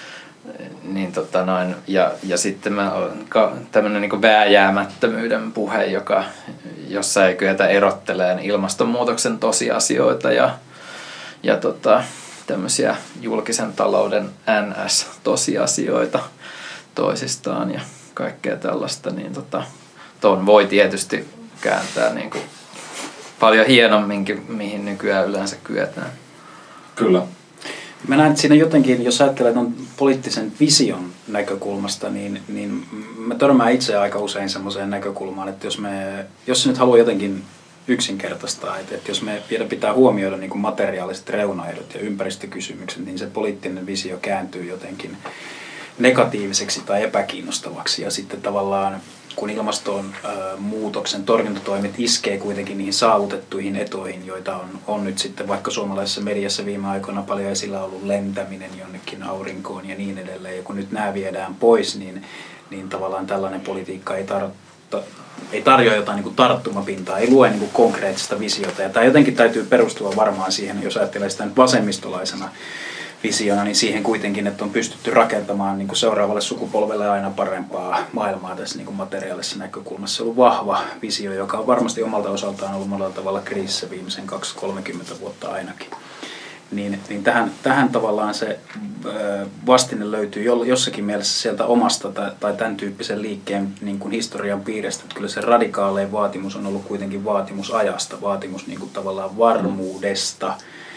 Niin tota noin, ja, ja sitten mä tämmöinen niin vääjäämättömyyden puhe, joka, jossa ei kyetä erotteleen ilmastonmuutoksen tosiasioita ja, ja tota, tämmöisiä julkisen talouden N S-tosiasioita toisistaan ja kaikkea tällaista, niin tota, ton voi tietysti kääntää niin kuin paljon hienomminkin, mihin nykyään yleensä kyetään. Kyllä. Mä näen, että siinä jotenkin, jos ajattelee ton poliittisen vision näkökulmasta, niin, niin mä törmään itse aika usein semmoiseen näkökulmaan, että jos, me, jos se nyt haluaa jotenkin yksinkertaistaa, että, että jos me vielä pitää huomioida niin kuin materiaaliset reunaehdot ja ympäristökysymykset, niin se poliittinen visio kääntyy jotenkin negatiiviseksi tai epäkiinnostavaksi. Ja sitten tavallaan, kun ilmastonmuutoksen torjuntatoimet iskee kuitenkin niihin saavutettuihin etuihin, joita on, on nyt sitten vaikka suomalaisessa mediassa viime aikoina paljon esillä ollut lentäminen jonnekin aurinkoon ja niin edelleen. Ja kun nyt nämä viedään pois, niin, niin tavallaan tällainen politiikka ei, tar- ei tarjoa jotain niin kuin tarttumapintaa, ei lue niin kuin konkreettista visiota. Ja tämä jotenkin täytyy perustua varmaan siihen, jos ajattelee sitä nyt vasemmistolaisena visiona, niin siihen kuitenkin, että on pystytty rakentamaan niin kuin seuraavalle sukupolvelle aina parempaa maailmaa tässä niin kuin materiaalisessa näkökulmassa. Se on ollut vahva visio, joka on varmasti omalta osaltaan ollut monella tavalla kriisissä viimeisen kaksikymmentä kolmekymmentä vuotta ainakin. Niin, niin tähän, tähän tavallaan se ö, vastine löytyy jossakin mielessä sieltä omasta tai, tai tämän tyyppisen liikkeen niin kuin historian piiristä. Että kyllä se radikaalein vaatimus on ollut kuitenkin vaatimus ajasta, vaatimus niin kuin tavallaan varmuudesta,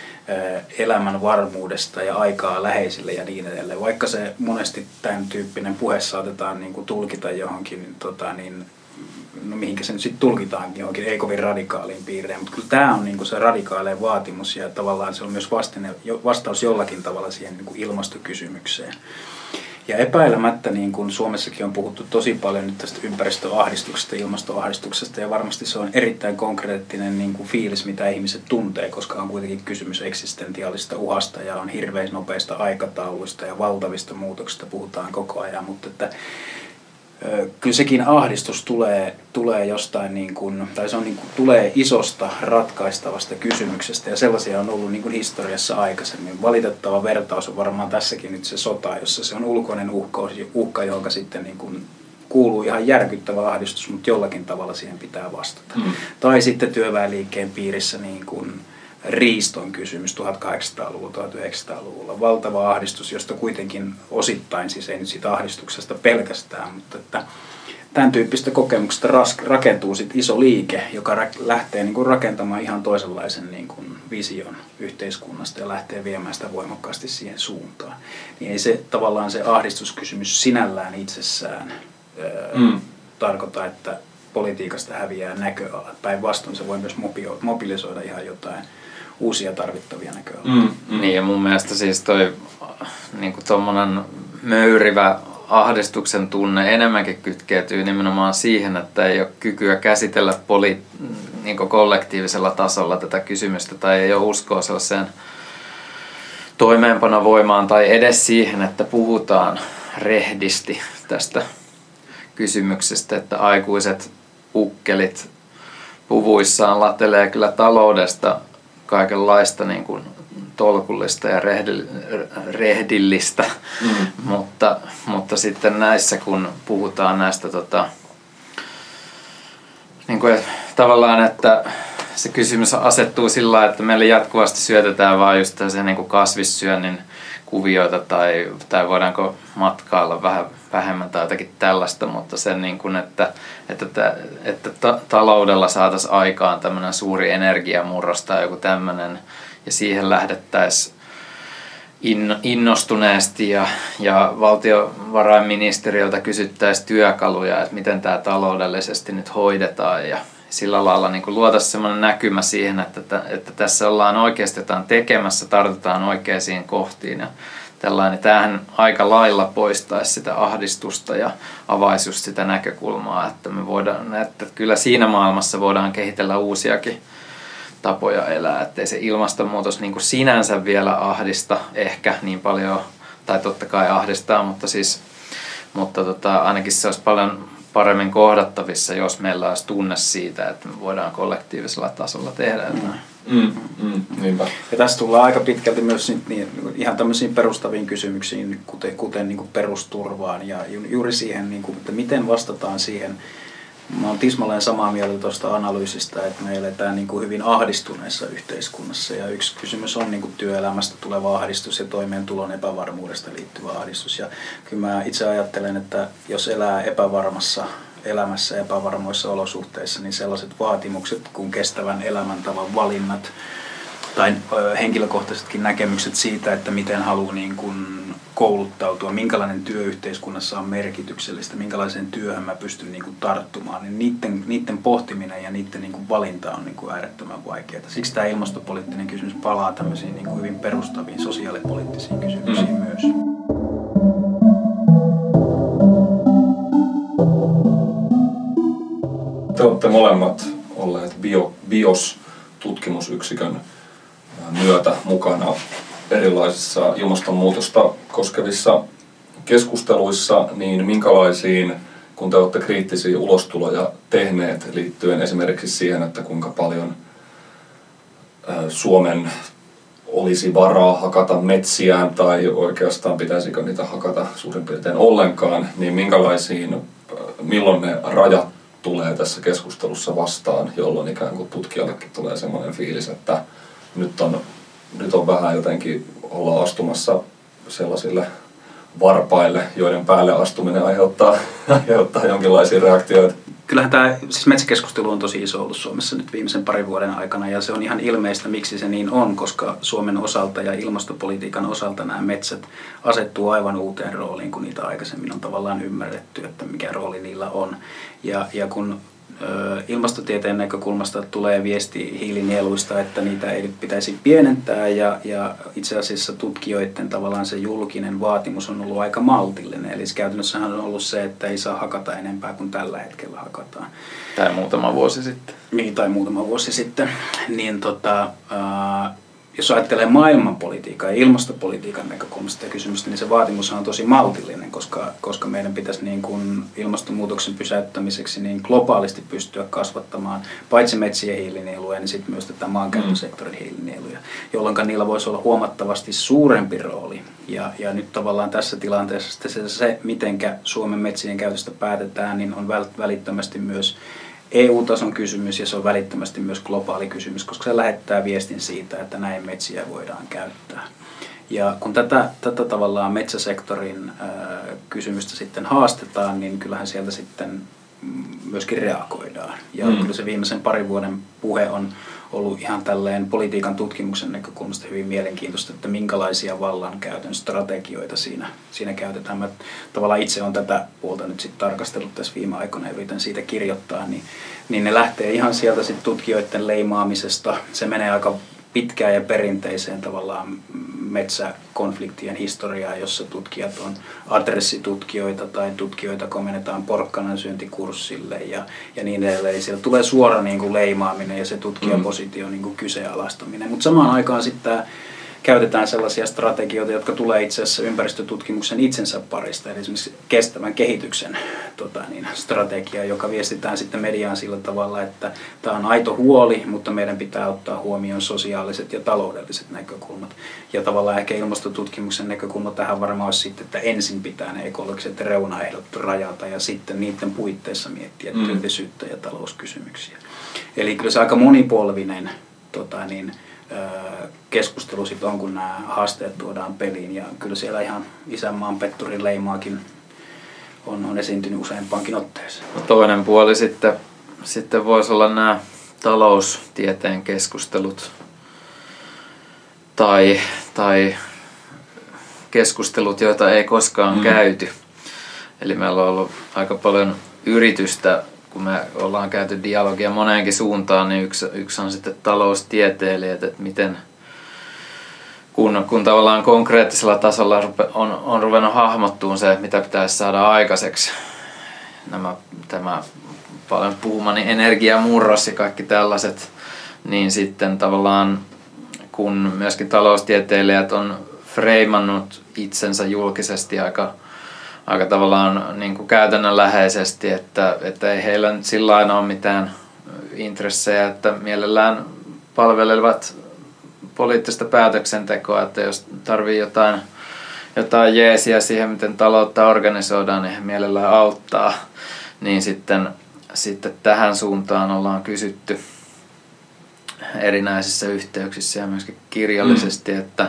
elämän varmuudesta ja aikaa läheisille ja niin edelleen. Vaikka se monesti tämän tyyppinen puhe saatetaan niin kuin tulkita johonkin, tota, niin, no mihinkä se nyt sitten tulkitaan johonkin ei kovin radikaaliin piirreen, mutta kyllä tämä on niin kuin se radikaalein vaatimus ja tavallaan se on myös vastine, vastaus jollakin tavalla siihen niin kuin ilmastokysymykseen. Ja epäilemättä, niin kuin Suomessakin on puhuttu tosi paljon nyt tästä ympäristöahdistuksesta, ilmastoahdistuksesta, ja varmasti se on erittäin konkreettinen niin kuin fiilis, mitä ihmiset tuntee, koska on kuitenkin kysymys eksistentiaalista uhasta ja on hirveän nopeista aikatauluista ja valtavista muutoksista puhutaan koko ajan, mutta että kyllä sekin ahdistus tulee, tulee jostain, niin kuin, tai se on niin kuin, tulee isosta ratkaistavasta kysymyksestä, ja sellaisia on ollut niin kuin historiassa aikaisemmin. Valitettava vertaus on varmaan tässäkin nyt se sota, jossa se on ulkoinen uhka, uhka johon sitten niin kuin kuuluu ihan järkyttävä ahdistus, mutta jollakin tavalla siihen pitää vastata. Mm. Tai sitten työväenliikkeen piirissä niin kuin riiston kysymys tuhatkahdeksansataaluvulla, tuhatyhdeksänsataaluvulla. Valtava ahdistus, josta kuitenkin osittain, siis ei nyt siitä ahdistuksesta pelkästään, mutta että tämän tyyppistä kokemuksesta rakentuu sit iso liike, joka lähtee niin kuin rakentamaan ihan toisenlaisen niin kuin vision yhteiskunnasta ja lähtee viemään sitä voimakkaasti siihen suuntaan. Niin ei se tavallaan se ahdistuskysymys sinällään itsessään mm. tarkoita, että politiikasta häviää näköalat. Päinvastoin se voi myös mobilisoida ihan jotain uusia tarvittavia näköaloja. Mm, mm. Niin ja mun mielestä siis toi niinku tommonen möyrivä ahdistuksen tunne enemmänkin kytkeytyy nimenomaan siihen, että ei ole kykyä käsitellä poli, niinku kollektiivisella tasolla tätä kysymystä tai ei ole uskoa sellaiseen toimeenpanovoimaan tai edes siihen, että puhutaan rehdisti tästä kysymyksestä, että aikuiset ukkelit puvuissaan latelee kyllä taloudesta kaikenlaista niin kuin tolkullista ja rehdillistä, mm. mutta, mutta sitten näissä kun puhutaan näistä tota, niin kuin, tavallaan, että se kysymys asettuu sillä lailla, että meille jatkuvasti syötetään vaan just tällaisia niin kuin kasvissyönnin kuvioita tai, tai voidaanko matkailla vähän vähemmän tai jotakin tällaista, mutta sen niin kuin, että, että, että ta- taloudella saataisiin aikaan tämmöinen suuri energiamurros tai joku tämmöinen ja siihen lähdettäisiin innostuneesti ja, ja valtiovarainministeriöltä kysyttäisiin työkaluja, että miten tämä taloudellisesti nyt hoidetaan ja sillä lailla niin kuin luotaisiin semmoinen näkymä siihen, että, että tässä ollaan oikeasti jotain tekemässä, tartutaan oikeisiin kohtiin ja tällainen. Tämähän aika lailla poistaisi sitä ahdistusta ja avaisi just sitä näkökulmaa, että me voidaan, että kyllä siinä maailmassa voidaan kehitellä uusiakin tapoja elää, ettei se ilmastonmuutos niin kuin sinänsä vielä ahdista ehkä niin paljon, tai totta kai ahdistaa, mutta siis mutta tota, ainakin se olisi paljon paremmin kohdattavissa, jos meillä olisi tunne siitä, että me voidaan kollektiivisella tasolla tehdä jotain. Mm, mm, niinpä. Ja tässä tullaan aika pitkälti myös niin, ihan tämmöisiin perustaviin kysymyksiin, kuten, kuten niin kuin perusturvaan ja juuri siihen, niin kuin, että miten vastataan siihen. Mä oon tismalleen samaa mieltä tuosta analyysistä, että me eletään niin kuin hyvin ahdistuneessa yhteiskunnassa ja yksi kysymys on niin kuin työelämästä tuleva ahdistus ja toimeentulon epävarmuudesta liittyvä ahdistus. Ja kyllä mä itse ajattelen, että jos elää epävarmassa elämässä epävarmoissa olosuhteissa, niin sellaiset vaatimukset kuin kestävän elämäntavan valinnat tai henkilökohtaisetkin näkemykset siitä, että miten haluaa niin kuin kouluttautua, minkälainen työ yhteiskunnassa on merkityksellistä, minkälaiseen työhön mä pystyn niin kuin tarttumaan, niin niiden, niiden pohtiminen ja niiden niin kuin valinta on niin kuin äärettömän vaikeaa. Siksi tämä ilmastopoliittinen kysymys palaa tämmöisiin niin kuin hyvin perustaviin sosiaalipoliittisiin kysymyksiin mm. myös. Te olette molemmat olleet bio, BIOS-tutkimusyksikön myötä mukana erilaisissa ilmastonmuutosta koskevissa keskusteluissa, niin minkälaisiin, kun te olette kriittisiä ulostuloja tehneet liittyen esimerkiksi siihen, että kuinka paljon Suomen olisi varaa hakata metsiään tai oikeastaan pitäisikö niitä hakata suurin piirtein ollenkaan, niin minkälaisiin, milloin ne rajat tulee tässä keskustelussa vastaan, jolloin ikään kuin tutkijallekin tulee semmoinen fiilis, että nyt on, nyt on vähän jotenkin olla astumassa sellaisille varpaille, joiden päälle astuminen aiheuttaa, aiheuttaa jonkinlaisia reaktioita. Kyllähän tämä siis metsäkeskustelu on tosi iso ollut Suomessa nyt viimeisen parin vuoden aikana ja se on ihan ilmeistä, miksi se niin on, koska Suomen osalta ja ilmastopolitiikan osalta nämä metsät asettuu aivan uuteen rooliin, kun niitä aikaisemmin on tavallaan ymmärretty, että mikä rooli niillä on. Ja, ja kun ö, ilmastotieteen näkökulmasta tulee viesti hiilinieluista, että niitä ei pitäisi pienentää ja, ja itse asiassa tutkijoiden tavallaan se julkinen vaatimus on ollut aika maltillinen. Eli käytännössähän on ollut se, että ei saa hakata enempää kuin tällä hetkellä hakataan. Tai muutama vuosi sitten. Niin, tai muutama vuosi sitten. Niin tota, ää, jos ajattelee maailmanpolitiikan ja ilmastopolitiikan näkökulmasta ja kysymystä, niin se vaatimus on tosi maltillinen, koska, koska meidän pitäisi niin kuin ilmastonmuutoksen pysäyttämiseksi niin globaalisti pystyä kasvattamaan paitsi metsien hiilinieluja, niin sitten myös tätä maankäyttösektorin hiilinieluja, jolloin niillä voisi olla huomattavasti suurempi rooli. Ja, ja nyt tavallaan tässä tilanteessa se, se mitenkä Suomen metsien käytöstä päätetään, niin on välittömästi myös E U-tason kysymys ja se on välittömästi myös globaali kysymys, koska se lähettää viestin siitä, että näin metsiä voidaan käyttää. Ja kun tätä, tätä tavallaan metsäsektorin ää, kysymystä sitten haastetaan, niin kyllähän sieltä sitten myöskin reagoidaan. Ja mm. kyllä se viimeisen parin vuoden puhe on ollut ihan tälleen politiikan tutkimuksen näkökulmasta hyvin mielenkiintoista, että minkälaisia vallankäytön strategioita siinä, siinä käytetään. Mä tavallaan itse olen tätä puolta nyt sitten tarkastellut tässä viime aikoina ja yritän siitä kirjoittaa, niin, niin ne lähtee ihan sieltä sitten tutkijoiden leimaamisesta. Se menee aika pitkään ja perinteiseen tavallaan metsäkonfliktien historiaa, jossa tutkijat on adressitutkijoita tai tutkijoita komennetaan porkkanan syöntikurssille ja, ja niin edelleen. Siellä tulee suora niin kuin leimaaminen ja se tutkijapositio niin kuin kyseenalaistaminen. Mutta samaan aikaan sitten käytetään sellaisia strategioita, jotka tulee itse asiassa ympäristötutkimuksen itsensä parista, eli esimerkiksi kestävän kehityksen tota niin, strategia, joka viestitään sitten mediaan sillä tavalla, että tämä on aito huoli, mutta meidän pitää ottaa huomioon sosiaaliset ja taloudelliset näkökulmat. Ja tavallaan ehkä ilmastotutkimuksen näkökulma tähän varmaan olisi sitten, että ensin pitää ne ekologiset reunaehdot rajata ja sitten niiden puitteissa miettiä mm. työllisyyttä ja talouskysymyksiä. Eli kyllä se aika monipolvinen tota niin, keskustelu sitten on, kun nämä haasteet tuodaan peliin. Ja kyllä siellä ihan isänmaan petturin leimaakin on, on esiintynyt useampaankin otteeseen. No toinen puoli sitten, sitten voisi olla nämä taloustieteen keskustelut tai, tai keskustelut, joita ei koskaan mm. käyty. Eli meillä on ollut aika paljon yritystä, kun me ollaan käyty dialogia moneenkin suuntaan, niin yksi, yksi on sitten taloustieteilijät, että miten, kun, kun tavallaan konkreettisella tasolla on, on ruvennut hahmottumaan se, mitä pitäisi saada aikaiseksi. Nämä, tämä paljon puhumani energiamurros ja kaikki tällaiset, niin sitten tavallaan kun myöskin taloustieteilijät on freimannut itsensä julkisesti aika aika tavallaan niin kuin käytännönläheisesti, että, että ei heillä nyt sillä aina ole mitään intressejä, että mielellään palvelevat poliittista päätöksentekoa, että jos tarvii jotain, jotain jeesiä siihen, miten taloutta organisoidaan, niin he mielellään auttaa, niin sitten, sitten tähän suuntaan ollaan kysytty erinäisissä yhteyksissä ja myöskin kirjallisesti, mm. että,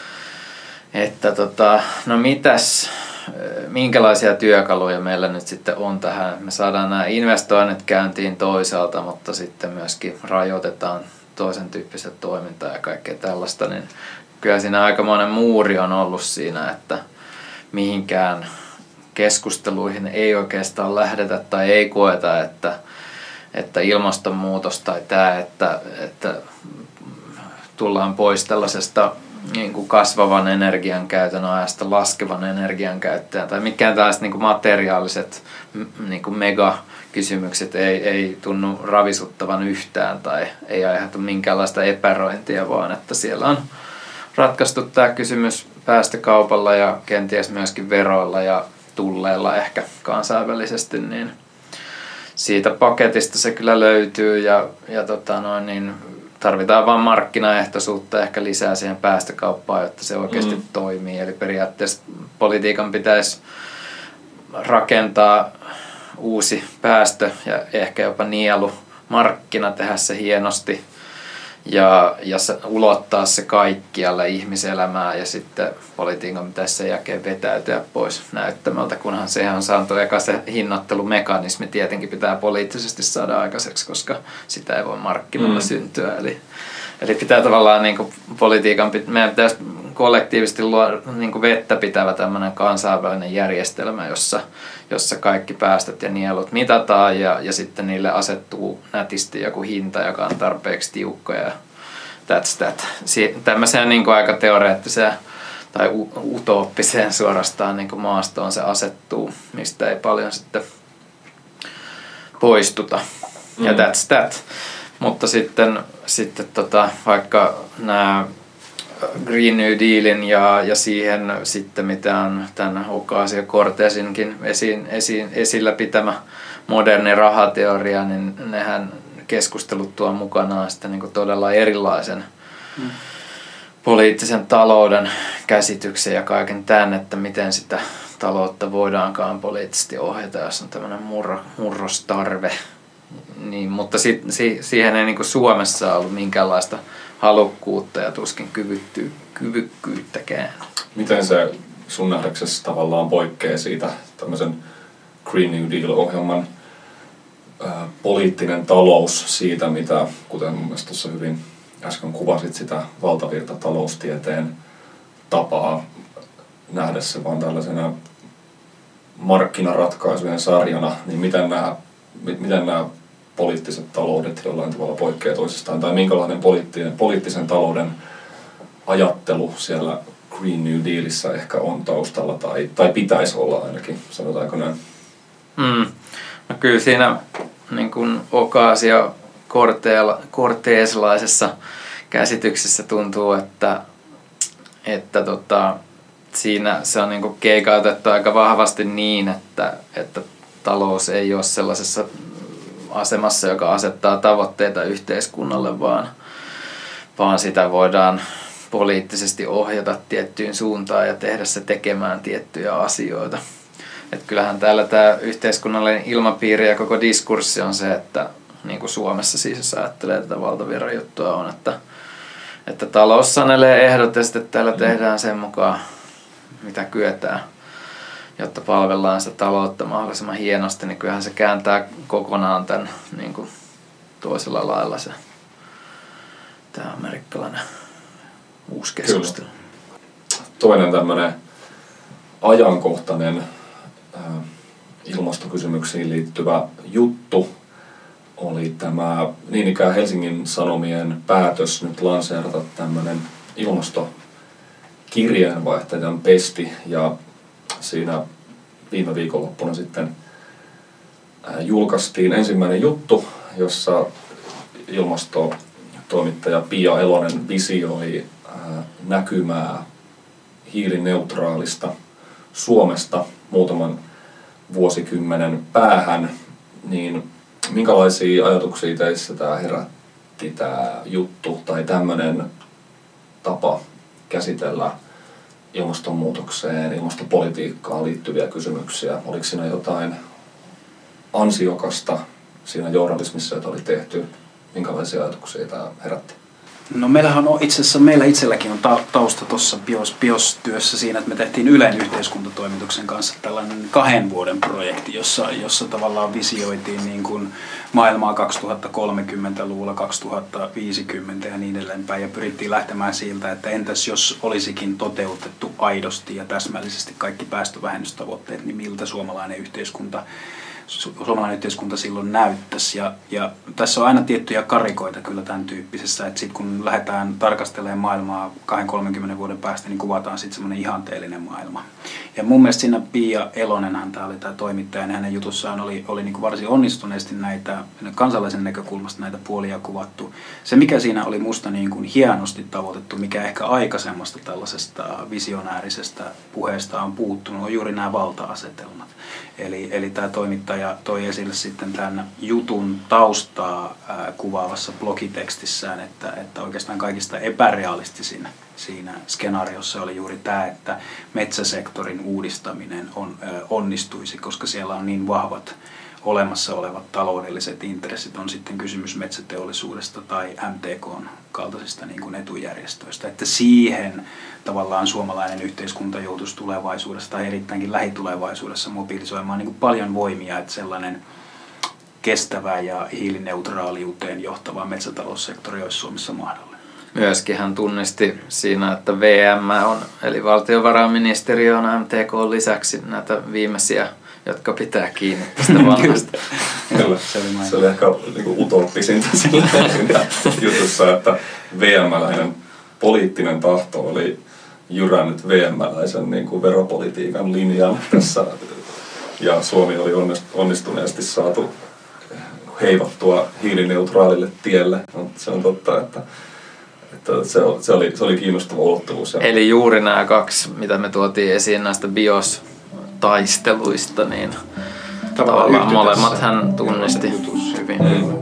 että tota, no mitäs, minkälaisia työkaluja meillä nyt sitten on tähän. Me saadaan nämä investoinnit käyntiin toisaalta, mutta sitten myöskin rajoitetaan toisen tyyppistä toimintaa ja kaikkea tällaista, niin kyllä siinä aikamoinen muuri on ollut siinä, että mihinkään keskusteluihin ei oikeastaan lähdetä tai ei koeta, että, että ilmastonmuutos tai tämä, että, että tullaan pois tällaisesta niin kuin kasvavan energian käytön ajasta laskevan energian käyttöön tai mikään tällaiset niin kuin materiaaliset niin kuin megakysymykset ei, ei tunnu ravisuttavan yhtään tai ei aiheuta minkäänlaista epäröintiä, vaan että siellä on ratkaistu tämä kysymys päästökaupalla ja kenties myöskin veroilla ja tulleilla ehkä kansainvälisesti, niin siitä paketista se kyllä löytyy ja, ja tota noin, niin tarvitaan vain markkinaehtoisuutta ehkä lisää siihen päästökauppaan, jotta se oikeasti mm. toimii. Eli periaatteessa politiikan pitäisi rakentaa uusi päästö ja ehkä jopa nielumarkkina, tehdä se hienosti ja, ja ulottaa se kaikkialle ihmiselämään ja sitten politiikan pitäisi sen jälkeen vetäytyä pois näyttämältä, kunhan sehän on saatu eka se hinnoittelumekanismi tietenkin pitää poliittisesti saada aikaiseksi, koska sitä ei voi markkinoilla mm. syntyä. Eli, eli pitää tavallaan niin kuin politiikan, meidän pitäisi kollektiivisesti luoda niin kuin vettä pitävä tämmöinen kansainvälinen järjestelmä, jossa, jossa kaikki päästöt ja nielut mitataan ja, ja sitten niille asettuu nätisti joku hinta, joka on tarpeeksi tiukka ja that's that. Tämmöiseen niin kuin aika teoreettiseen tai utooppiseen suorastaan niin kuin maastoon se asettuu, mistä ei paljon sitten poistuta. Mm. Ja that's that. Mutta sitten, sitten tota, vaikka nämä Green New Dealin ja, ja siihen sitten mitä on tämän Ocasio-Cortezinkin esiin, esiin, esillä pitämä moderni rahateoria, niin nehän keskustelut tuo mukanaan sitten niin kuin todella erilaisen mm. poliittisen talouden käsityksen ja kaiken tämän, että miten sitä taloutta voidaankaan poliittisesti ohjata, jos on tämmöinen murro, murrostarve. Niin, mutta si, si, siihen ei niin kuin Suomessa ollut minkäänlaista halukkuutta ja tuskin kyvytty, kyvykkyyttäkään. Miten se sun nähdäksesi tavallaan poikkeaa siitä tämmöisen Green New Deal-ohjelman ää, poliittinen talous siitä, mitä, kuten mun mielestä tuossa hyvin äsken kuvasit sitä valtavirtataloustieteen tapaa nähdä se vaan tällaisena markkinaratkaisujen sarjana, niin miten nämä, miten nämä poliittiset taloudet jollain tavalla poikkeaa toisistaan, tai minkälainen poliittinen, poliittisen talouden ajattelu siellä Green New Dealissa ehkä on taustalla, tai, tai pitäisi olla ainakin, sanotaanko näin? Mm. No kyllä siinä niin kuin Ocasio-Cortezlaisessa käsityksessä tuntuu, että, että tota, siinä se on niin kuin keikautettu aika vahvasti niin, että, että talous ei ole sellaisessa asemassa, joka asettaa tavoitteita yhteiskunnalle, vaan, vaan sitä voidaan poliittisesti ohjata tiettyyn suuntaan ja tehdä se tekemään tiettyjä asioita. Et kyllähän täällä tämä yhteiskunnallinen ilmapiiri ja koko diskurssi on se, että niin kuin Suomessa siis jos ajattelee tätä valtavirran juttua on, että, että talous sanelee ehdot ja sitten täällä tehdään sen mukaan, mitä kyetään, jotta palvellaan sitä taloutta mahdollisimman hienosti, niin kyllähän se kääntää kokonaan tämän niin kuin toisella lailla se tämä amerikkalainen uusi keskustelu. Kyllä. Toinen tämmöinen ajankohtainen äh, ilmastokysymyksiin liittyvä juttu oli tämä niin ikään Helsingin Sanomien päätös nyt lanseerata tämmöinen ilmastokirjeenvaihtajan pesti, ja siinä viime viikonloppuna sitten julkaistiin ensimmäinen juttu, jossa ilmastotoimittaja Pia Elonen visioi näkymää hiilineutraalista Suomesta muutaman vuosikymmenen päähän, niin minkälaisia ajatuksia teissä tämä herätti tämä juttu tai tämmöinen tapa käsitellä ilmastonmuutokseen, ilmastopolitiikkaan liittyviä kysymyksiä? Oliko siinä jotain ansiokasta siinä journalismissa, jota oli tehty? Minkälaisia ajatuksia tämä herätti? No meillähän on itse asiassa, meillä itselläkin on tausta tuossa bios, biostyössä siinä, että me tehtiin Ylen yhteiskuntatoimituksen kanssa tällainen kahden vuoden projekti, jossa, jossa tavallaan visioitiin niin kuin maailmaa kaksituhattakolmekymmentäluvulla, kaksituhattaviisikymmentä ja niin edelleenpäin, ja pyrittiin lähtemään siltä, että entäs jos olisikin toteutettu aidosti ja täsmällisesti kaikki päästövähennystavoitteet, niin miltä suomalainen yhteiskunta suomalainen yhteiskunta silloin näyttäisi. Ja, ja tässä on aina tiettyjä karikoita kyllä tämän tyyppisessä, että sitten kun lähdetään tarkastelemaan maailmaa kaksikymmentä kolmekymmentä vuoden päästä, niin kuvataan sitten semmoinen ihanteellinen maailma. Ja mun mielestä siinä Pia Elonenhan, tämä oli tämä toimittaja, niin hänen jutussaan oli, oli niin kuin varsin onnistuneesti näitä kansalaisen näkökulmasta näitä puolia kuvattu. Se mikä siinä oli musta niin kuin hienosti tavoitettu, mikä ehkä aikaisemmasta tällaisesta visionäärisestä puheesta on puuttunut, on juuri nämä valta-asetelmat. Eli, eli tämä toimittaja toi esille sitten tämän jutun taustaa ää, kuvaavassa blogitekstissään, että, että oikeastaan kaikista epärealistisin siinä skenaariossa oli juuri tämä, että metsäsektorin uudistaminen on, ää, onnistuisi, koska siellä on niin vahvat olemassa olevat taloudelliset intressit, on sitten kysymys metsäteollisuudesta tai M T K:n kaltaisista niin kuin etujärjestöistä, että siihen tavallaan suomalainen yhteiskunta joutuisi tulevaisuudessa tai erittäinkin lähitulevaisuudessa mobilisoimaan niin kuin paljon voimia, että sellainen kestävä ja hiilineutraaliuteen johtava metsätaloussektori olisi Suomessa mahdollinen. Myöskin hän tunnisti siinä, että V M on, eli valtiovarainministeriö on M T K:n lisäksi näitä viimeisiä, jotka pitää kiinni tästä vanhasta. Kyllä, se oli, se oli ehkä niin utooppisinta sillä jutussa, että V M-läinen poliittinen tahto oli jyrännyt V M-läisen niin kuin veropolitiikan linjan tässä, ja Suomi oli onnistuneesti saatu heivattua hiilineutraalille tielle. Se on totta, että, että se, se, oli, se oli kiinnostava ulottuvuus. Eli juuri nämä kaksi, mitä me tuotiin esiin näistä bios taisteluista, niin tavallaan, tavallaan molemmat hän tunnisti hyvin. Mm.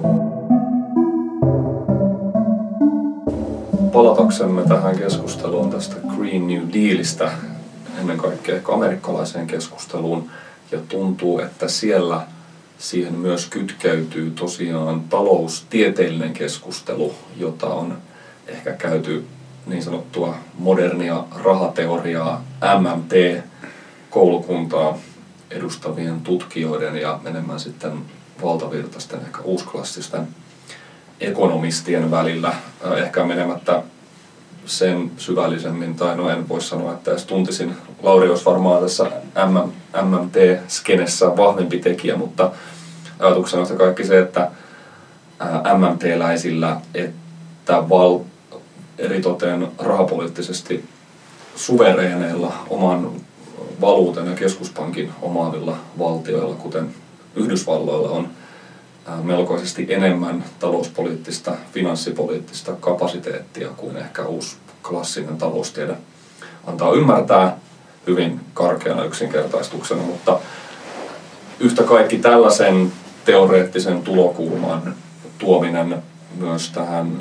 Palataksemme tähän keskusteluun tästä Green New Dealista, ennen kaikkea ehkä amerikkalaiseen keskusteluun, ja tuntuu, että siellä siihen myös kytkeytyy tosiaan taloustieteellinen keskustelu, jota on ehkä käyty niin sanottua modernia rahateoriaa, M M T, koulukuntaa edustavien tutkijoiden ja enemmän sitten valtavirtaisten, ehkä uusklassisten ekonomistien välillä. Ehkä menemättä sen syvällisemmin, tai no en voi sanoa, että edes tuntisin. Lauri olisi varmaan tässä M M T-skenessä vahvempi tekijä, mutta ajatuksena on kaikki se, että M M T-läisillä, että val, eritoten rahapoliittisesti suvereeneilla oman valuutan ja keskuspankin omaavilla valtioilla, kuten Yhdysvalloilla, on melkoisesti enemmän talouspoliittista, finanssipoliittista kapasiteettia kuin ehkä uusi klassinen taloustiede antaa ymmärtää hyvin karkeana yksinkertaistuksena, mutta yhtä kaikki tällaisen teoreettisen tulokulman tuominen myös tähän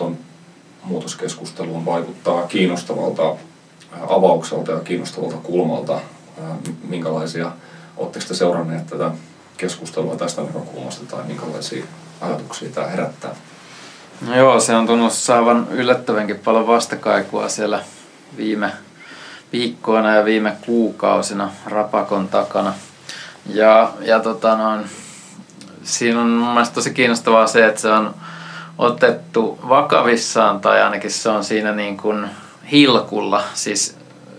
ilmastonmuutoskeskusteluun vaikuttaa kiinnostavalta avaukselta ja kiinnostavalta kulmalta. Minkälaisia, oletteko te seuranneet tätä keskustelua tästä näkökulmasta tai minkälaisia ajatuksia tämä herättää? No joo, se on tullut saavan yllättävänkin paljon vastakaikua siellä viime viikkoina ja viime kuukausina rapakon takana. Ja, ja tota noin, siinä on mun mielestä tosi kiinnostavaa se, että se on otettu vakavissaan tai ainakin se on siinä niin kuin hilkulla, siis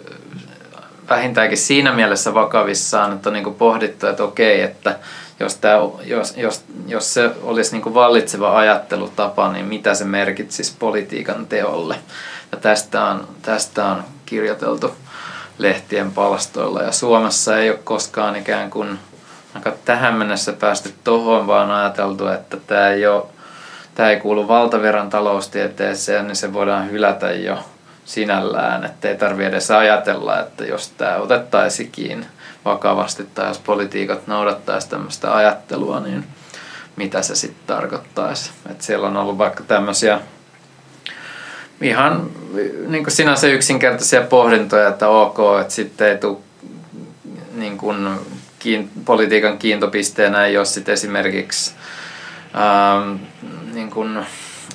vähintäänkin siinä mielessä vakavissaan, että on niin kuin pohdittu, että okei, että jos, tämä, jos, jos, jos se olisi niin kuin vallitseva ajattelutapa, niin mitä se merkitsisi politiikan teolle. Ja tästä on, tästä on kirjoiteltu lehtien palstoilla, ja Suomessa ei ole koskaan ikään kuin tähän mennessä päästy tohon, vaan ajateltu, että tämä ei, ole, tämä ei kuulu valtavirran taloustieteeseen, niin se voidaan hylätä jo sinällään, että ei tarvitse edes ajatella, että jos tämä otettaisikin vakavasti tai jos politiikat noudattaisi tämmöistä ajattelua, niin mitä se sitten tarkoittaisi. Et siellä on ollut vaikka tämmöisiä ihan niin kuin sinänsä yksinkertaisia pohdintoja, että ok, että sitten ei tule niin kuin kiin, politiikan kiintopisteenä ei ole sitten esimerkiksi ähm, niin kuin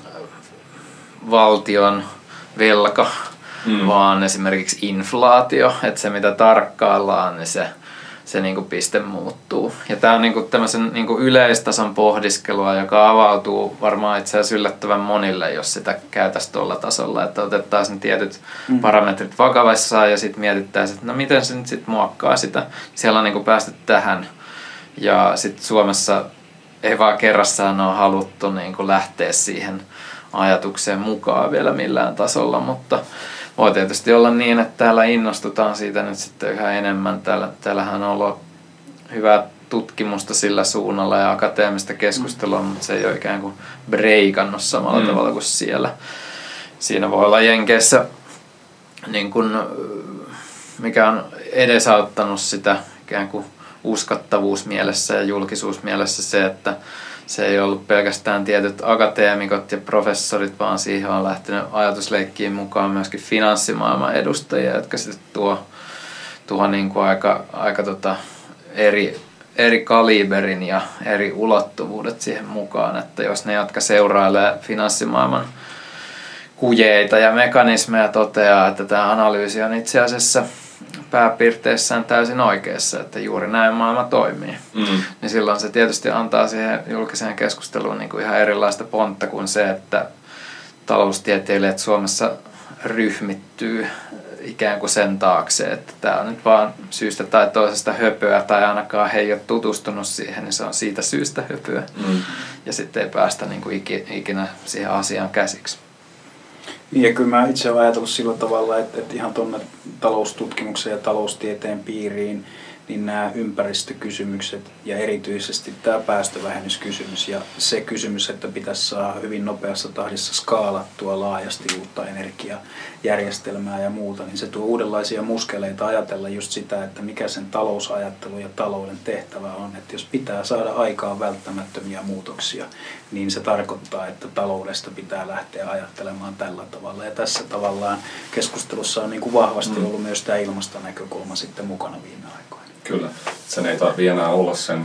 valtion velka, mm. vaan esimerkiksi inflaatio, että se mitä tarkkaillaan, niin se, se niin kuin piste muuttuu. Ja tämä on niin kuin tämmöisen niin kuin yleistason pohdiskelua, joka avautuu varmaan itse asiassa yllättävän monille, jos sitä käytäisiin tuolla tasolla, että otettaisiin ne tietyt mm. parametrit vakavissaan ja sitten mietittäisiin, että no miten se nyt sitten muokkaa sitä. Siellä on niin kuin päästy tähän ja sitten Suomessa ei vaan kerrassaan ole haluttu niin kuin lähteä siihen ajatukseen mukaan vielä millään tasolla, mutta voi tietysti olla niin, että täällä innostutaan siitä nyt sitten yhä enemmän. Täällä, täällähän on ollut hyvää tutkimusta sillä suunnalla ja akateemista keskustelua, mm. mutta se ei ole ikään kuin breikannut samalla mm. tavalla kuin siellä. Siinä voi olla Jenkeissä, niin kuin, mikä on edesauttanut sitä ikään kuin uskottavuusmielessä ja julkisuusmielessä se, että se ei ollut pelkästään tietyt akateemikot ja professorit, vaan siihen on lähtenyt ajatusleikkiin mukaan myöskin finanssimaailman edustajia, jotka sitten tuo, tuo niin kuin aika, aika tota eri, eri kaliberin ja eri ulottuvuudet siihen mukaan. Että jos ne, jotka seurailee finanssimaailman kujeita ja mekanismeja, toteaa, että tämä analyysi on itse asiassa pääpiirteissään täysin oikeassa, että juuri näin maailma toimii. Mm. Niin silloin se tietysti antaa siihen julkiseen keskusteluun niin kuin ihan erilaista pontta kuin se, että taloustieteilijät Suomessa ryhmittyy ikään kuin sen taakse, että tämä on nyt vaan syystä tai toisesta höpöä tai ainakaan he ei ole tutustunut siihen, niin se on siitä syystä höpöä. Mm. Ja sitten ei päästä niin kuin ikinä siihen asiaan käsiksi. Niin ja kyllä mä itse olen ajatellut sillä tavalla, että, että ihan tuonne taloustutkimuksen ja taloustieteen piiriin, niin nämä ympäristökysymykset ja erityisesti tämä päästövähennyskysymys ja se kysymys, että pitäisi saada hyvin nopeassa tahdissa skaalattua laajasti uutta energiajärjestelmää ja muuta, niin se tuo uudenlaisia muskeleita ajatella just sitä, että mikä sen talousajattelu ja talouden tehtävä on. Että jos pitää saada aikaan välttämättömiä muutoksia, niin se tarkoittaa, että taloudesta pitää lähteä ajattelemaan tällä tavalla. Ja tässä tavallaan keskustelussa on niin kuin vahvasti ollut myös tämä ilmastonäkökulma sitten mukana viime aikoina. Kyllä. Sen ei tarvitse enää olla sen